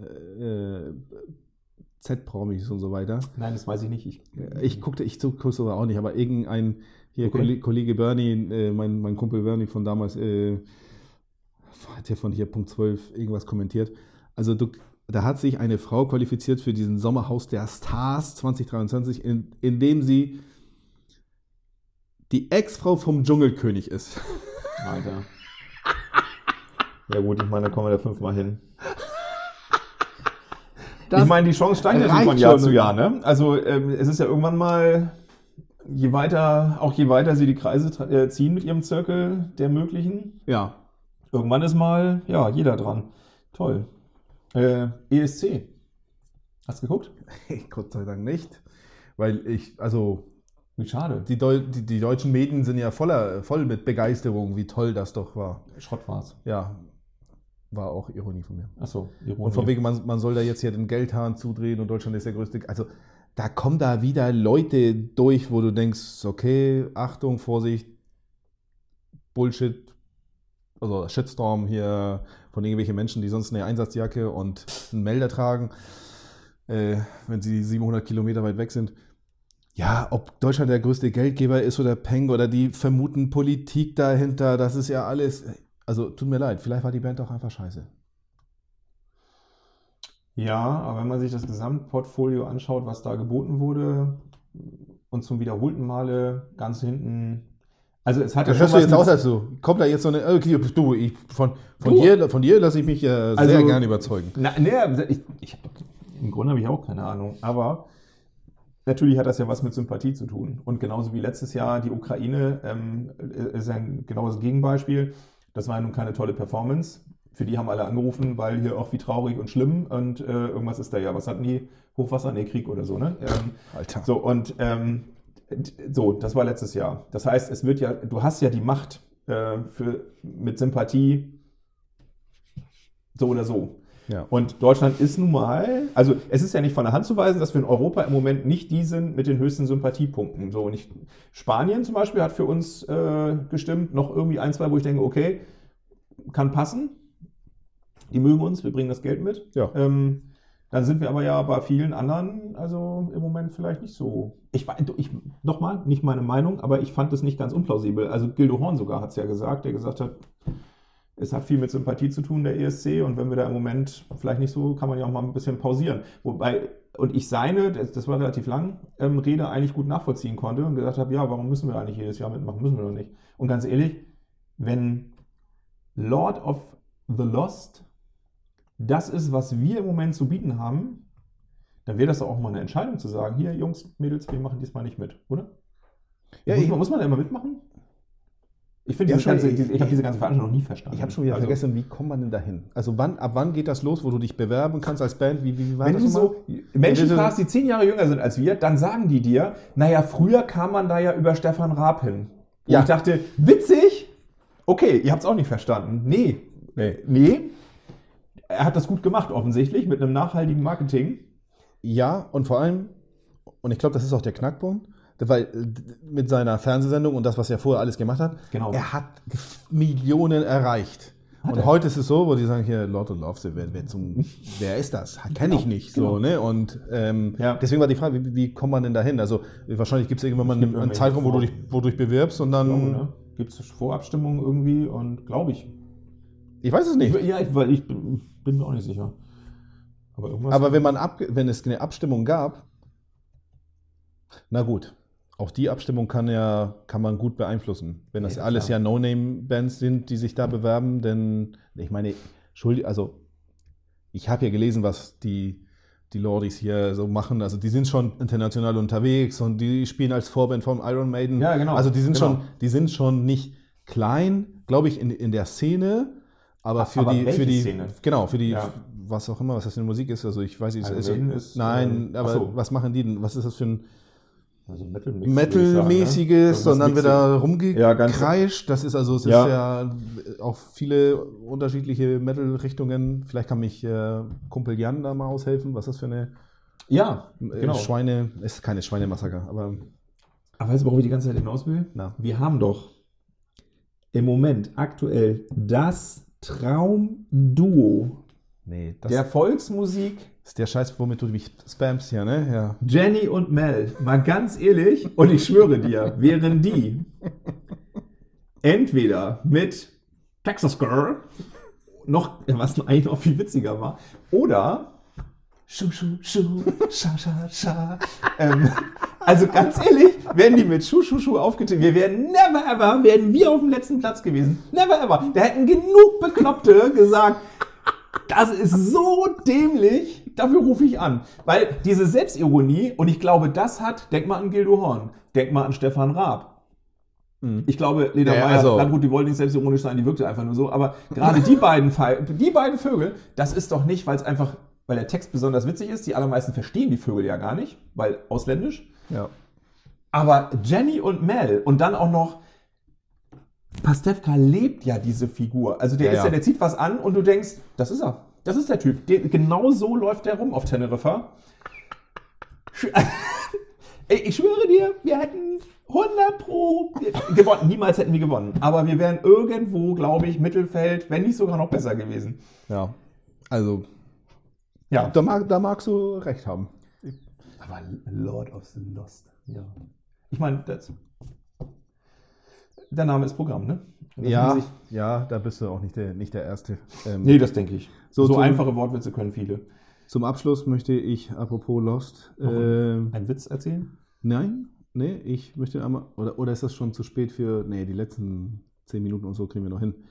Z-Promis und so weiter. Nein, das weiß ich nicht. Ich gucke es aber auch nicht, aber irgendein Kollege Bernie, mein Kumpel Bernie von damals, hat ja von hier Punkt 12 irgendwas kommentiert. Also da hat sich eine Frau qualifiziert für diesen Sommerhaus der Stars 2023, indem sie die Ex-Frau vom Dschungelkönig ist. Alter. Ja gut, ich meine, da kommen wir da 5-mal hin. Ich meine, die Chance steigt natürlich von Jahr zu Jahr, ne? Also es ist ja irgendwann mal, je weiter sie die Kreise ziehen mit ihrem Zirkel der Möglichen, Ja. irgendwann ist mal, jeder dran. Toll. ESC. Hast du geguckt? Gott sei Dank nicht. Weil Wie schade. die deutschen Medien sind ja voll mit Begeisterung, wie toll das doch war. Schrott war's. Ja, war auch Ironie von mir. Achso, Ironie. Und von wegen, man soll da jetzt hier den Geldhahn zudrehen und Deutschland ist der größte. Also da kommen da wieder Leute durch, wo du denkst, okay, Achtung, Vorsicht, Bullshit, also Shitstorm hier von irgendwelchen Menschen, die sonst eine Einsatzjacke und einen Melder tragen, wenn sie 700 Kilometer weit weg sind. Ja, ob Deutschland der größte Geldgeber ist oder Peng oder die vermuten Politik dahinter, das ist ja alles, also tut mir leid, vielleicht war die Band auch einfach scheiße. Ja, aber wenn man sich das Gesamtportfolio anschaut, was da geboten wurde und zum wiederholten Male ganz hinten, also es hat ja Das schon hörst du was jetzt mit, auch dazu. Kommt da jetzt so eine, okay, von dir lasse ich mich sehr Also- gerne überzeugen. Im Grunde habe ich auch keine Ahnung, aber natürlich hat das ja was mit Sympathie zu tun. Und genauso wie letztes Jahr die Ukraine ist ein genaues Gegenbeispiel. Das war ja nun keine tolle Performance. Für die haben alle angerufen, weil hier auch wie traurig und schlimm und irgendwas ist da ja. Was hatten die? Hochwasser? Nee, Krieg oder so, ne? Alter. So, und das war letztes Jahr. Das heißt, du hast ja die Macht, mit Sympathie so oder so. Ja. Und Deutschland ist nun mal, also es ist ja nicht von der Hand zu weisen, dass wir in Europa im Moment nicht die sind mit den höchsten Sympathiepunkten. So, nicht. Spanien zum Beispiel hat für uns gestimmt, noch irgendwie 1, 2, wo ich denke, okay, kann passen. Die mögen uns, wir bringen das Geld mit. Ja. Dann sind wir aber ja bei vielen anderen, also im Moment vielleicht nicht so. Nochmal, nicht meine Meinung, aber ich fand das nicht ganz unplausibel. Also Gildo Horn sogar hat es ja gesagt, der gesagt hat, es hat viel mit Sympathie zu tun, der ESC, und wenn wir da im Moment vielleicht nicht so, kann man ja auch mal ein bisschen pausieren. Wobei, und ich seine, das war relativ lang, Rede eigentlich gut nachvollziehen konnte und gesagt habe, ja, warum müssen wir eigentlich jedes Jahr mitmachen? Müssen wir doch nicht. Und ganz ehrlich, wenn Lord of the Lost das ist, was wir im Moment zu bieten haben, dann wäre das doch auch mal eine Entscheidung zu sagen, hier Jungs, Mädels, wir machen diesmal nicht mit, oder? Ja, muss man da immer mitmachen? Ich finde, ich habe diese ganze Veranstaltung noch nie verstanden. Ich habe schon wieder vergessen, wie kommt man denn dahin? Also ab wann geht das los, wo du dich bewerben kannst als Band? Wie war Wenn das du so Menschen fragst, die 10 Jahre jünger sind als wir, dann sagen die dir, naja, früher kam man da ja über Stefan Raab hin. Und ich dachte, witzig? Okay, ihr habt es auch nicht verstanden. Nee. Er hat das gut gemacht, offensichtlich, mit einem nachhaltigen Marketing. Ja, und vor allem, und ich glaube, das ist auch der Knackpunkt, weil mit seiner Fernsehsendung und das, was er vorher alles gemacht hat, genau. Er hat Millionen erreicht. Und heute ist es so, wo die sagen, hier, Lord of Love, wer ist das? Kenne ich nicht. Genau. So, ne? Und deswegen war die Frage, wie kommt man denn dahin? Also wahrscheinlich gibt es irgendwann mal einen Zeitraum, wo du dich bewirbst und dann... Gibt es Vorabstimmungen irgendwie und glaube ich. Ich weiß es nicht. Ich bin mir auch nicht sicher. Aber wenn es eine Abstimmung gab, na gut, auch die Abstimmung kann man gut beeinflussen. Wenn das alles ja No-Name-Bands sind, die sich da bewerben, denn ich meine, ich habe ja gelesen, was die Lordies hier so machen. Also die sind schon international unterwegs und die spielen als Vorband vom Iron Maiden. Ja, genau. Also die sind schon nicht klein, glaube ich, in der Szene. Aber für die Szene? Genau, für die, was auch immer, was das für eine Musik ist. Also ich weiß nicht, was machen die denn? Was ist das für ein Metal-mäßiges, und dann wird da rumgekreischt. Das ist also, es ist ja auch viele unterschiedliche Metal-Richtungen. Vielleicht kann mich Kumpel Jan da mal aushelfen, was das für eine ist keine Schweinemassaker, aber weißt du, worauf ich die ganze Zeit hinaus will? Wir haben doch im Moment aktuell das Traumduo der Volksmusik. Das ist der Scheiß, womit du mich spammst hier, ne? Ja. Jenny und Mel, mal ganz ehrlich, und ich schwöre dir, wären die entweder mit Texas Girl was eigentlich noch viel witziger war, oder Schuh, Schuh, Schuh, Scha, Scha, Scha. Also ganz ehrlich, wären die mit Schuh, Schuh, Schuh aufgetreten, wir wären wir auf dem letzten Platz gewesen. Never ever. Da hätten genug Bekloppte gesagt, das ist so dämlich, dafür rufe ich an. Weil diese Selbstironie, und ich glaube, denk mal an Gildo Horn, denk mal an Stefan Raab. Ich glaube, Leda Meyer, gut, die wollten nicht selbstironisch sein, die wirkte einfach nur so, aber gerade die beiden Vögel, das ist doch nicht, weil der Text besonders witzig ist, die allermeisten verstehen die Vögel ja gar nicht, weil ausländisch. Ja. Aber Jenny und Mel und dann auch noch Pastewka lebt ja diese Figur. Also der zieht was an und du denkst, das ist er. Das ist der Typ. Genau so läuft der rum auf Teneriffa. Ich schwöre dir, wir hätten 100% gewonnen. Niemals hätten wir gewonnen. Aber wir wären irgendwo, glaube ich, Mittelfeld, wenn nicht sogar noch besser gewesen. Ja, also da magst du recht haben. Aber Lord of the Lost, ja. Ich meine, der Name ist Programm, ne? Da bist du auch nicht der Erste. Nee, das denke ich. So einfache Wortwitze können viele. Zum Abschluss möchte ich, apropos Lost... einen Witz erzählen? Nein, ich möchte einmal... Oder ist das schon zu spät für... Nee, die letzten 10 Minuten und so kriegen wir noch hin.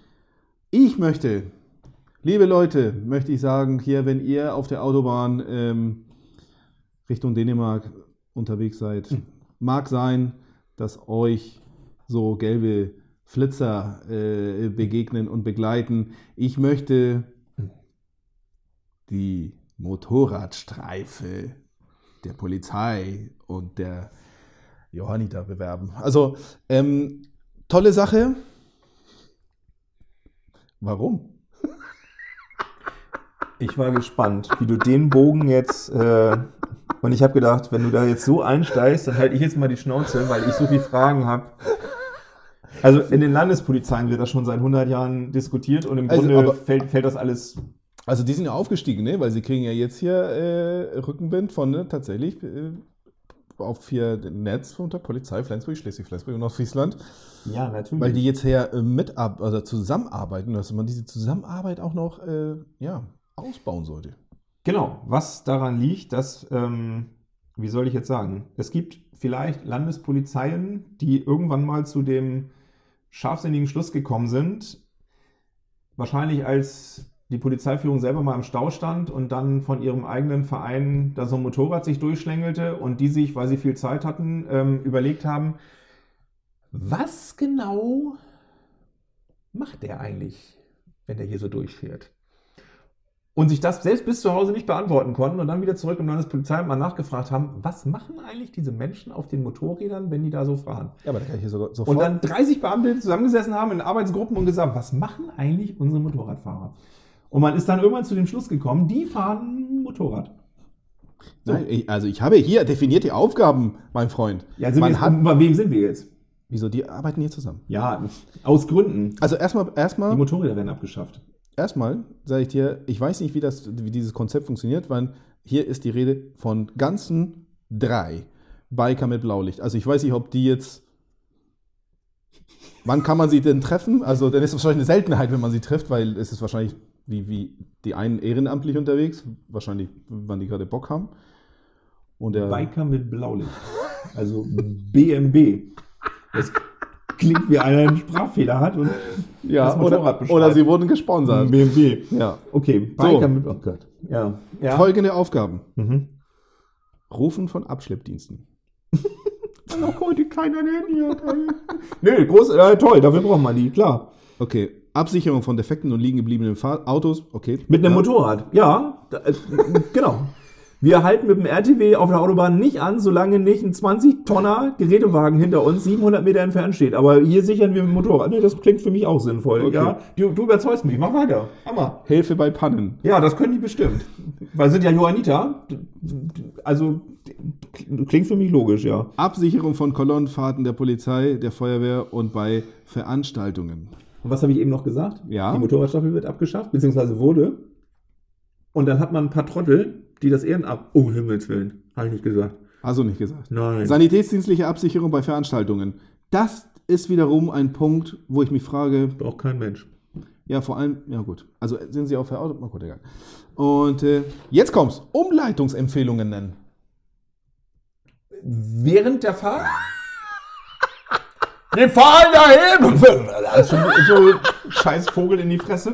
Liebe Leute, möchte ich sagen, hier, wenn ihr auf der Autobahn Richtung Dänemark unterwegs seid, mag sein, dass euch so gelbe Flitzer begegnen und begleiten. Ich möchte die Motorradstreife der Polizei und der Johanniter bewerben. Also, tolle Sache. Warum? Ich war gespannt, wie du den Bogen jetzt... und ich habe gedacht, wenn du da jetzt so einsteigst, dann halte ich jetzt mal die Schnauze, weil ich so viele Fragen habe. Also in den Landespolizeien wird das schon seit 100 Jahren diskutiert und im Grunde fällt das alles... Also die sind ja aufgestiegen, ne? Weil sie kriegen ja jetzt hier Rückenwind von tatsächlich auf hier Netz von der Polizei Flensburg, Schleswig-Flensburg und Ostfriesland. Ja, natürlich. Weil die jetzt hier zusammenarbeiten, dass man diese Zusammenarbeit auch noch ausbauen sollte. Genau, was daran liegt, dass, wie soll ich jetzt sagen, es gibt vielleicht Landespolizeien, die irgendwann mal zu dem scharfsinnigen Schluss gekommen sind, wahrscheinlich als die Polizeiführung selber mal im Stau stand und dann von ihrem eigenen Verein da so ein Motorrad sich durchschlängelte und die sich, weil sie viel Zeit hatten, überlegt haben, was genau macht der eigentlich, wenn der hier so durchfährt? Und sich das selbst bis zu Hause nicht beantworten konnten und dann wieder zurück im Landespolizeiamt mal nachgefragt haben, was machen eigentlich diese Menschen auf den Motorrädern, wenn die da so fahren? Ja, aber da kann ich hier sofort... Und dann 30 Beamte zusammengesessen haben in Arbeitsgruppen und gesagt, was machen eigentlich unsere Motorradfahrer? Und man ist dann irgendwann zu dem Schluss gekommen, die fahren Motorrad. So. Nein, ich habe hier definierte Aufgaben, mein Freund. Ja, bei wem sind wir jetzt? Wieso, die arbeiten hier zusammen? Ja, aus Gründen. Also erstmal die Motorräder werden abgeschafft. Erstmal sage ich dir, ich weiß nicht, wie dieses Konzept funktioniert, weil hier ist die Rede von ganzen 3 Biker mit Blaulicht. Also ich weiß nicht, ob die jetzt... Wann kann man sie denn treffen? Also dann ist es wahrscheinlich eine Seltenheit, wenn man sie trifft, weil es ist wahrscheinlich wie die einen ehrenamtlich unterwegs, wahrscheinlich, wann die gerade Bock haben. Und Biker mit Blaulicht. Also BMB. Das klingt wie einer einen Sprachfehler hat und das Motorrad beschreibt. Oder sie wurden gesponsert. BMW. Ja. Okay, Biker mit... Oh Gott. Ja. Folgende Aufgaben. Rufen von Abschleppdiensten. Noch heute keiner hier. Nö, toll, dafür braucht man die, klar. Okay, Absicherung von defekten und liegen gebliebenen Autos, okay. Mit einem Motorrad, ja, genau. Wir halten mit dem RTW auf der Autobahn nicht an, solange nicht ein 20-Tonner Gerätewagen hinter uns 700 Meter entfernt steht. Aber hier sichern wir mit dem Motorrad. Ne, das klingt für mich auch sinnvoll. Okay. Ja, du überzeugst mich, mach weiter. Hammer. Hilfe bei Pannen. Ja, das können die bestimmt. Weil sind ja Johanniter. Also klingt für mich logisch, ja. Absicherung von Kolonnenfahrten der Polizei, der Feuerwehr und bei Veranstaltungen. Und was habe ich eben noch gesagt? Ja. Die Motorradstaffel wird abgeschafft, beziehungsweise wurde. Und dann hat man ein paar Trottel, die das Ehrenamt... Oh, Himmels Willen. Habe ich nicht gesagt. Hast du nicht gesagt? Nein. Sanitätsdienstliche Absicherung bei Veranstaltungen. Das ist wiederum ein Punkt, wo ich mich frage... Braucht kein Mensch. Ja, vor allem... Ja gut. Also sind sie auf der Auto... Oh Gott, egal. Und jetzt kommt's. Umleitungsempfehlungen nennen. Während der Fahrt? Wir fahren dahin! Das ist schon scheiß Vogel in die Fresse.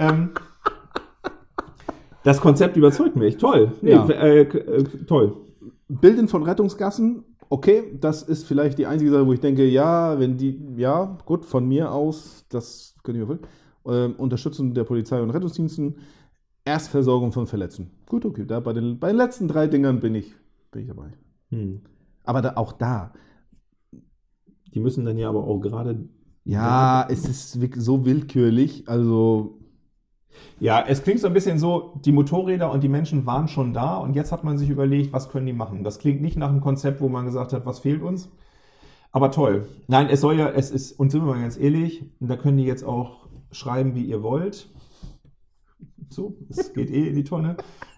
Das Konzept überzeugt mich. Toll. Nee, ja. Toll. Bilden von Rettungsgassen. Okay, das ist vielleicht die einzige Sache, wo ich denke, ja, gut, von mir aus, das könnte ich mir vorstellen. Unterstützung der Polizei und Rettungsdiensten. Erstversorgung von Verletzten. Gut, okay, da bei den letzten 3 Dingern bin ich dabei. Aber auch da. Die müssen dann ja aber auch gerade... Ja, es ist so willkürlich, also... Ja, es klingt so ein bisschen so, die Motorräder und die Menschen waren schon da und jetzt hat man sich überlegt, was können die machen. Das klingt nicht nach einem Konzept, wo man gesagt hat, was fehlt uns. Aber toll. Nein, es ist, und sind wir mal ganz ehrlich, da können die jetzt auch schreiben, wie ihr wollt. So, es geht in die Tonne.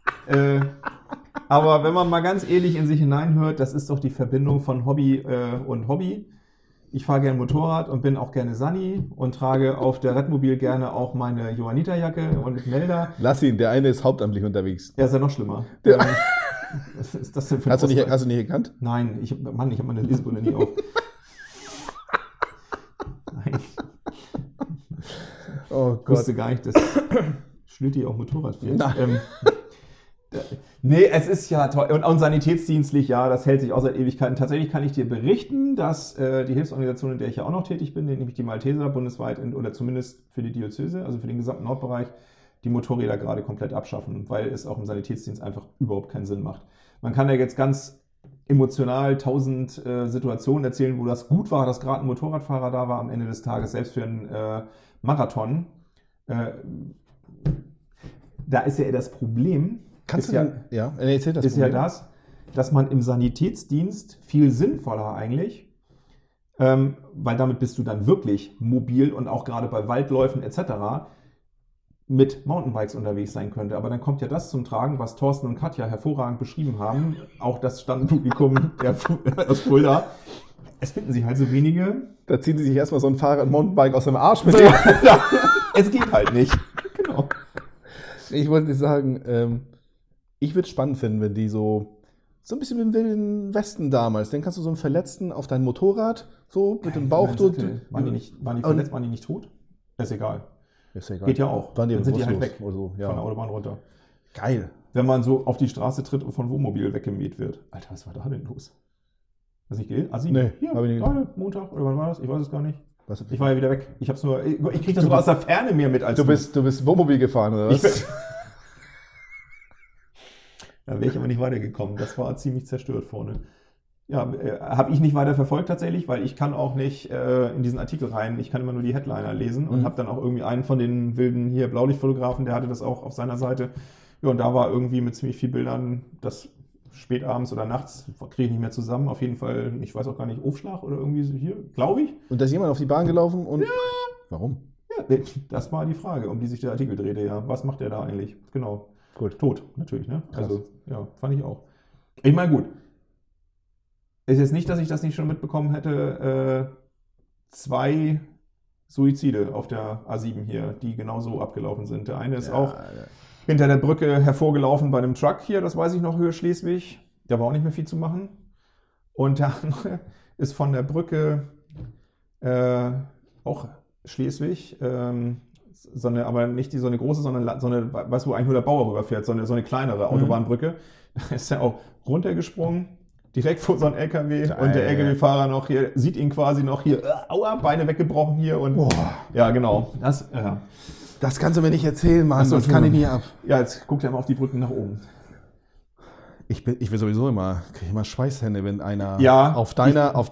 Aber wenn man mal ganz ehrlich in sich hineinhört, das ist doch die Verbindung von Hobby und Hobby. Ich fahre gerne Motorrad und bin auch gerne Sunny und trage auf der Redmobil gerne auch meine Johanniterjacke und Melder. Lass ihn, der eine ist hauptamtlich unterwegs. Ja, ist ja noch schlimmer. Was ist das denn für ein Hast du nicht erkannt? Nein, ich habe meine Lesebrille nie auf. Nein. Oh Gott. Ich wusste gar nicht, dass Schlüti auch Motorrad fährt. Nee, es ist ja toll. Und sanitätsdienstlich, ja, das hält sich auch seit Ewigkeiten. Tatsächlich kann ich dir berichten, dass die Hilfsorganisation, in der ich ja auch noch tätig bin, nämlich die Malteser, bundesweit oder zumindest für die Diözese, also für den gesamten Nordbereich, die Motorräder gerade komplett abschaffen, weil es auch im Sanitätsdienst einfach überhaupt keinen Sinn macht. Man kann ja jetzt ganz emotional 1000 Situationen erzählen, wo das gut war, dass gerade ein Motorradfahrer da war am Ende des Tages, selbst für einen Marathon. Da ist ja eher das Problem, Kannst ist du ja, denn, ja, erzähl das ist ja Problem. das, dass man im Sanitätsdienst viel sinnvoller eigentlich, weil damit bist du dann wirklich mobil und auch gerade bei Waldläufen etc. mit Mountainbikes unterwegs sein könnte. Aber dann kommt ja das zum Tragen, was Thorsten und Katja hervorragend beschrieben haben, auch das Standpublikum aus Fulda. Es finden sich halt so wenige. Da ziehen sie sich erstmal so ein Fahrrad, Mountainbike aus dem Arsch mit. Es geht halt nicht. Genau. Ich wollte dir sagen, ich würde es spannend finden, wenn die so ein bisschen im Wilden Westen damals, dann kannst du so einen Verletzten auf dein Motorrad, so mit dem Bauch. Waren die verletzt, waren die nicht tot? Ist egal. Ist ja egal. Geht ja auch. Waren die Dann sind die halt weg oder so, ja. von der Autobahn runter. Geil. Wenn man so auf die Straße tritt und von Wohnmobil weggemäht wird. Alter, was war da denn los? Hast du nicht gesehen? Assi? Nee, Hier, hab ich nicht gerade Montag oder wann war das? Ich weiß es gar nicht. Was? Ich war ja wieder weg. Ich krieg das sogar aus der Ferne mehr mit als Du bist Wohnmobil gefahren, oder was? Da wäre ich aber nicht weitergekommen. Das war ziemlich zerstört vorne. Ja, habe ich nicht weiter verfolgt tatsächlich, weil ich kann auch nicht in diesen Artikel rein. Ich kann immer nur die Headliner lesen und habe dann auch irgendwie einen von den wilden hier Blaulichtfotografen, der hatte das auch auf seiner Seite. Ja, und da war irgendwie mit ziemlich vielen Bildern, das spätabends oder nachts, kriege ich nicht mehr zusammen. Auf jeden Fall, ich weiß auch gar nicht, Aufschlag oder irgendwie so hier, glaube ich. Und da ist jemand auf die Bahn gelaufen und... Ja. Warum? Ja, das war die Frage, um die sich der Artikel drehte, ja. Was macht der da eigentlich? Genau. Gut. Tot, natürlich, ne? Krass. Also, ja, fand ich auch. Ich meine, gut. Ist jetzt nicht, dass ich das nicht schon mitbekommen hätte, 2 Suizide auf der A7 hier, die genauso abgelaufen sind. Der eine ist auch hinter der Brücke hervorgelaufen bei einem Truck hier, das weiß ich noch, Höhe Schleswig. Da war auch nicht mehr viel zu machen. Und der andere ist von der Brücke auch Schleswig, aber nicht so eine große, sondern so eine, weißt du, wo eigentlich nur der Bauer rüberfährt, so eine kleinere Autobahnbrücke. Da ist er auch runtergesprungen, direkt vor so einem LKW und der LKW-Fahrer noch hier, sieht ihn quasi noch hier, aua, Beine weggebrochen hier und ja, genau. Das kannst du mir nicht erzählen, Mann, das kann ich nie ab. Ja, jetzt guckt er mal auf die Brücken nach oben. Ich will sowieso kriege immer Schweißhände, wenn einer auf deiner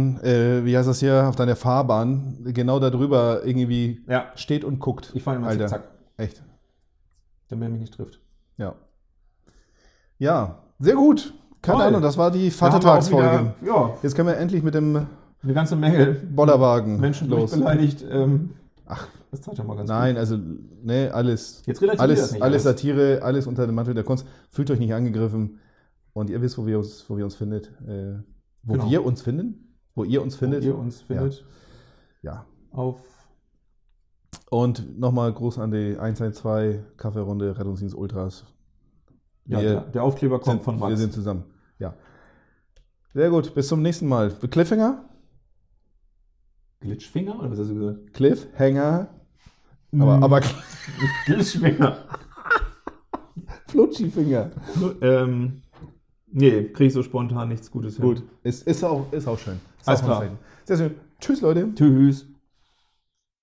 Fahrbahn genau darüber irgendwie steht und guckt. Ich fahre immer zickzack. Echt? Damit er mich nicht trifft. Ja. Ja, sehr gut. Keine Ahnung, das war die Vatertagsfolge. Ja. Jetzt können wir endlich mit dem eine ganze Menge Bollerwagen Menschen beleidigt. Das zeigt ja mal ganz Nein, gut. also, ne, alles. Jetzt relativiert das nicht alles Satire, alles unter dem Mantel der Kunst. Fühlt euch nicht angegriffen. Und ihr wisst, wo wir uns findet. Wo wir uns finden? Wo ihr uns findet. Ja. Auf. Und nochmal Gruß an die 112 Kaffeerunde Rettungsdienst Ultras. Ja, der Aufkleber kommt von Max. Wir sind zusammen. Ja. Sehr gut, bis zum nächsten Mal. Cliffhanger? Glitchfinger? Oder was hast du gesagt? Cliffhanger. Aber Glitchfinger. Flutschifinger. Nee, krieg ich so spontan nichts Gutes hin. Gut, ist auch schön. Alles klar. Sehr schön. Tschüss, Leute. Tschüss.